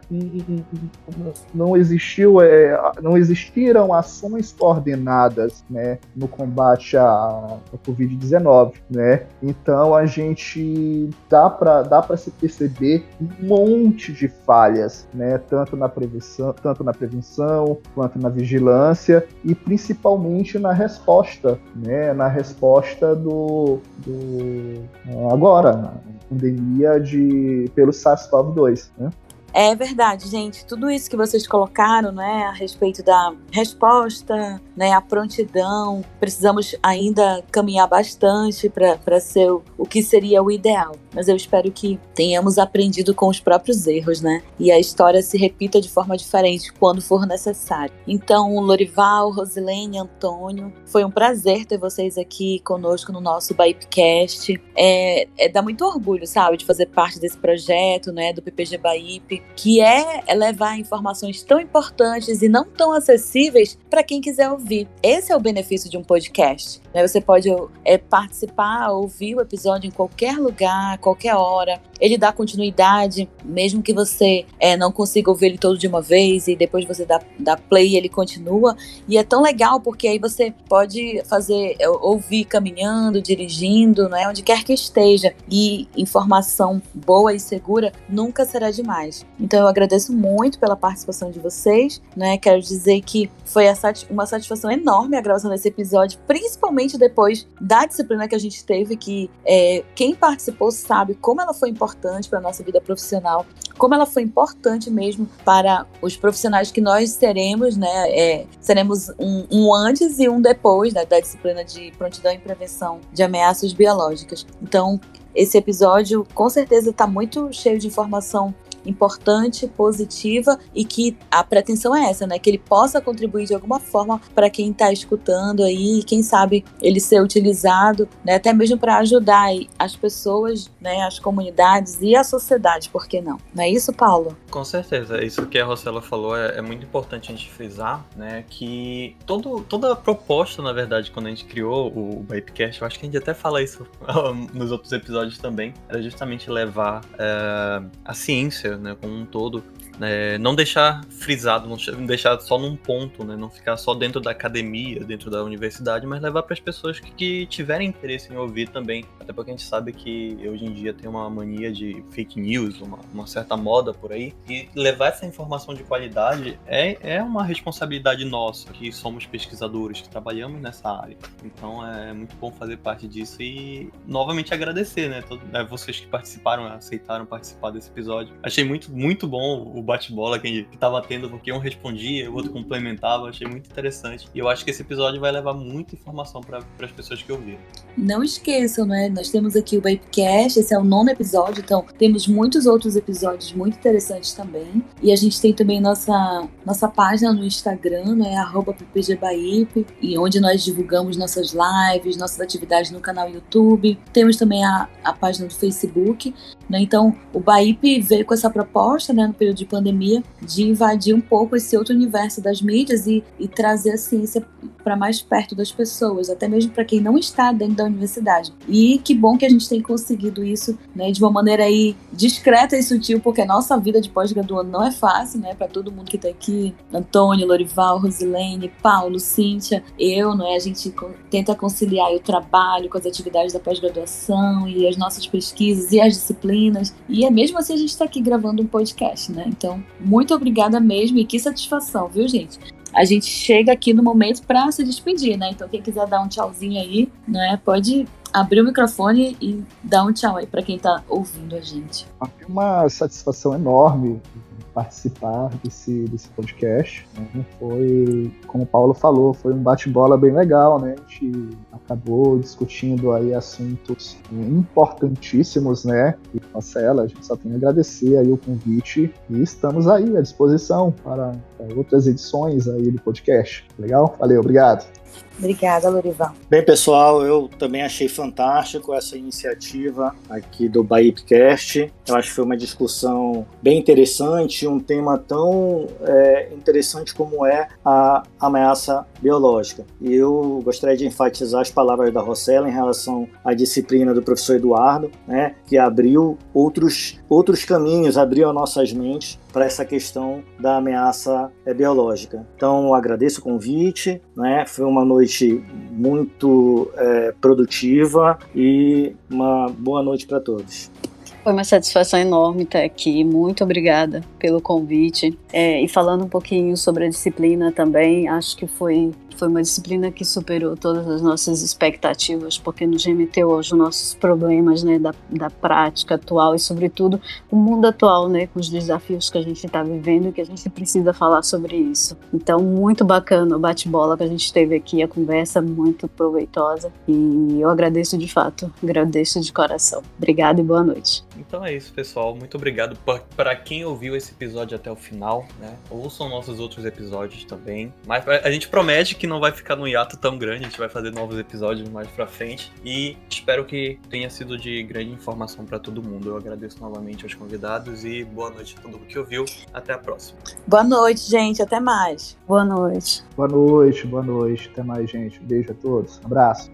não existiu, é, não existiram ações coordenadas, né, no combate à, à covid dezenove, né? Então a gente dá para dá para se perceber um monte de falhas, né, tanto na prevenção, tanto na prevenção quanto na vigilância e principalmente na resposta, né, na resposta do, do agora na pandemia de pelo SARS-CoV dois, né? É verdade, gente. Tudo isso que vocês colocaram, né, a respeito da resposta, né, a prontidão, precisamos ainda caminhar bastante para ser o, o que seria o ideal. Mas eu espero que tenhamos aprendido com os próprios erros, né? E a história se repita de forma diferente quando for necessário. Então, Lorival, Roselene, Antônio, foi um prazer ter vocês aqui conosco no nosso BaIPcast. É, é, dá muito orgulho, sabe, de fazer parte desse projeto, né, do P P G BaIP, que é levar informações tão importantes e não tão acessíveis para quem quiser ouvir. Esse é o benefício de um podcast, né? Você pode é, participar, ouvir o episódio em qualquer lugar, qualquer hora. ele dá continuidade, mesmo que você é, não consiga ouvir ele todo de uma vez e depois você dá, dá play e ele continua. E é tão legal porque aí você pode fazer, ouvir caminhando, dirigindo, né, onde quer que esteja. E informação boa e segura nunca será demais. Então eu agradeço muito pela participação de vocês, né? Quero dizer que foi uma satisfação enorme a gravação desse episódio, principalmente depois da disciplina que a gente teve, que é, quem participou sabe como ela foi importante para a nossa vida profissional, como ela foi importante mesmo para os profissionais que nós seremos, né? É, seremos um, um antes e um depois, né, da disciplina de prontidão e prevenção de ameaças biológicas. Então, esse episódio com certeza está muito cheio de informação importante, positiva, e que a pretensão é essa, né? Que ele possa contribuir de alguma forma para quem está escutando aí, e quem sabe ele ser utilizado, né? Até mesmo para ajudar aí as pessoas, né? As comunidades e a sociedade, por que não? Não é isso, Paulo? Com certeza, isso que a Rossella falou é, é muito importante a gente frisar, né? Que todo, toda a proposta, na verdade, quando a gente criou o Bipecast, eu acho que a gente até fala isso nos outros episódios também, era justamente levar é, a ciência, né, como um todo, né, não deixar frisado, não deixar só num ponto, né, não ficar só dentro da academia, dentro da universidade, mas levar para as pessoas que, que tiverem interesse em ouvir também, até porque a gente sabe que hoje em dia tem uma mania de fake news, uma, uma certa moda por aí, e levar essa informação de qualidade é, é uma responsabilidade nossa, que somos pesquisadores, que trabalhamos nessa área, então é muito bom fazer parte disso e novamente agradecer, né, todo, né vocês que participaram, aceitaram participar desse episódio. Achei muito, muito bom o bate-bola que, que tava tendo, porque um respondia, o outro complementava, achei muito interessante. E eu acho que esse episódio vai levar muita informação para as pessoas que ouviram. Não esqueçam, né? Nós temos aqui o Bipecast, esse é o nono episódio, então temos muitos outros episódios muito interessantes também. E a gente tem também nossa, nossa página no Instagram, né? arroba ppgbaip, e onde nós divulgamos nossas lives, nossas atividades no canal YouTube. Temos também a, a página do Facebook, né? Então, o Baip veio com essa proposta, né, no período de pandemia, de invadir um pouco esse outro universo das mídias e, e trazer a ciência para mais perto das pessoas, até mesmo para quem não está dentro da universidade. E que bom que a gente tem conseguido isso, né, de uma maneira aí discreta e sutil, porque a nossa vida de pós-graduando não é fácil, né, para todo mundo que está aqui, Antônio, Lorival, Rosilene, Paulo, Cíntia, eu, né, a gente tenta conciliar o trabalho com as atividades da pós-graduação e as nossas pesquisas e as disciplinas, e é mesmo assim a gente está aqui gravando um podcast, né, então muito obrigada mesmo, e que satisfação, viu, gente? A gente chega aqui no momento para se despedir, né? Então quem quiser dar um tchauzinho aí, né, pode abrir o microfone e dar um tchau aí para quem tá ouvindo a gente. É uma satisfação enorme participar desse, desse podcast, né? Foi, como o Paulo falou, foi um bate-bola bem legal, né? A gente acabou discutindo aí assuntos importantíssimos, né? E com a Cela, a gente só tem a agradecer aí o convite e estamos aí à disposição para, para outras edições aí do podcast. Legal? Valeu, obrigado. Obrigada, Lorival. Bem, pessoal, eu também achei fantástico essa iniciativa aqui do Bipecast. Eu acho que foi uma discussão bem interessante, um tema tão é, interessante como é a ameaça biológica. E eu gostaria de enfatizar as palavras da Rossella em relação à disciplina do professor Eduardo, né, que abriu outros, outros caminhos, abriu as nossas mentes para essa questão da ameaça biológica. Então, eu agradeço o convite, né? Foi uma noite muito é, produtiva e uma boa noite para todos. Foi uma satisfação enorme estar aqui, muito obrigada pelo convite. É, e falando um pouquinho sobre a disciplina também, acho que foi, foi uma disciplina que superou todas as nossas expectativas, porque nos remeteu aos nossos problemas, né, da, da prática atual e, sobretudo, o mundo atual, né, com os desafios que a gente está vivendo e que a gente precisa falar sobre isso. Então, muito bacana o bate-bola que a gente teve aqui, a conversa muito proveitosa, e eu agradeço de fato, agradeço de coração. Obrigada e boa noite. Então é isso, pessoal. Muito obrigado para quem ouviu esse episódio até o final, né? Ouçam nossos outros episódios também. Mas a gente promete que não vai ficar num hiato tão grande, a gente vai fazer novos episódios mais pra frente. E espero que tenha sido de grande informação para todo mundo. Eu agradeço novamente aos convidados e boa noite a todo mundo que ouviu. Até a próxima. Boa noite, gente. Até mais. Boa noite. Boa noite, boa noite. Até mais, gente. Beijo a todos. Abraço.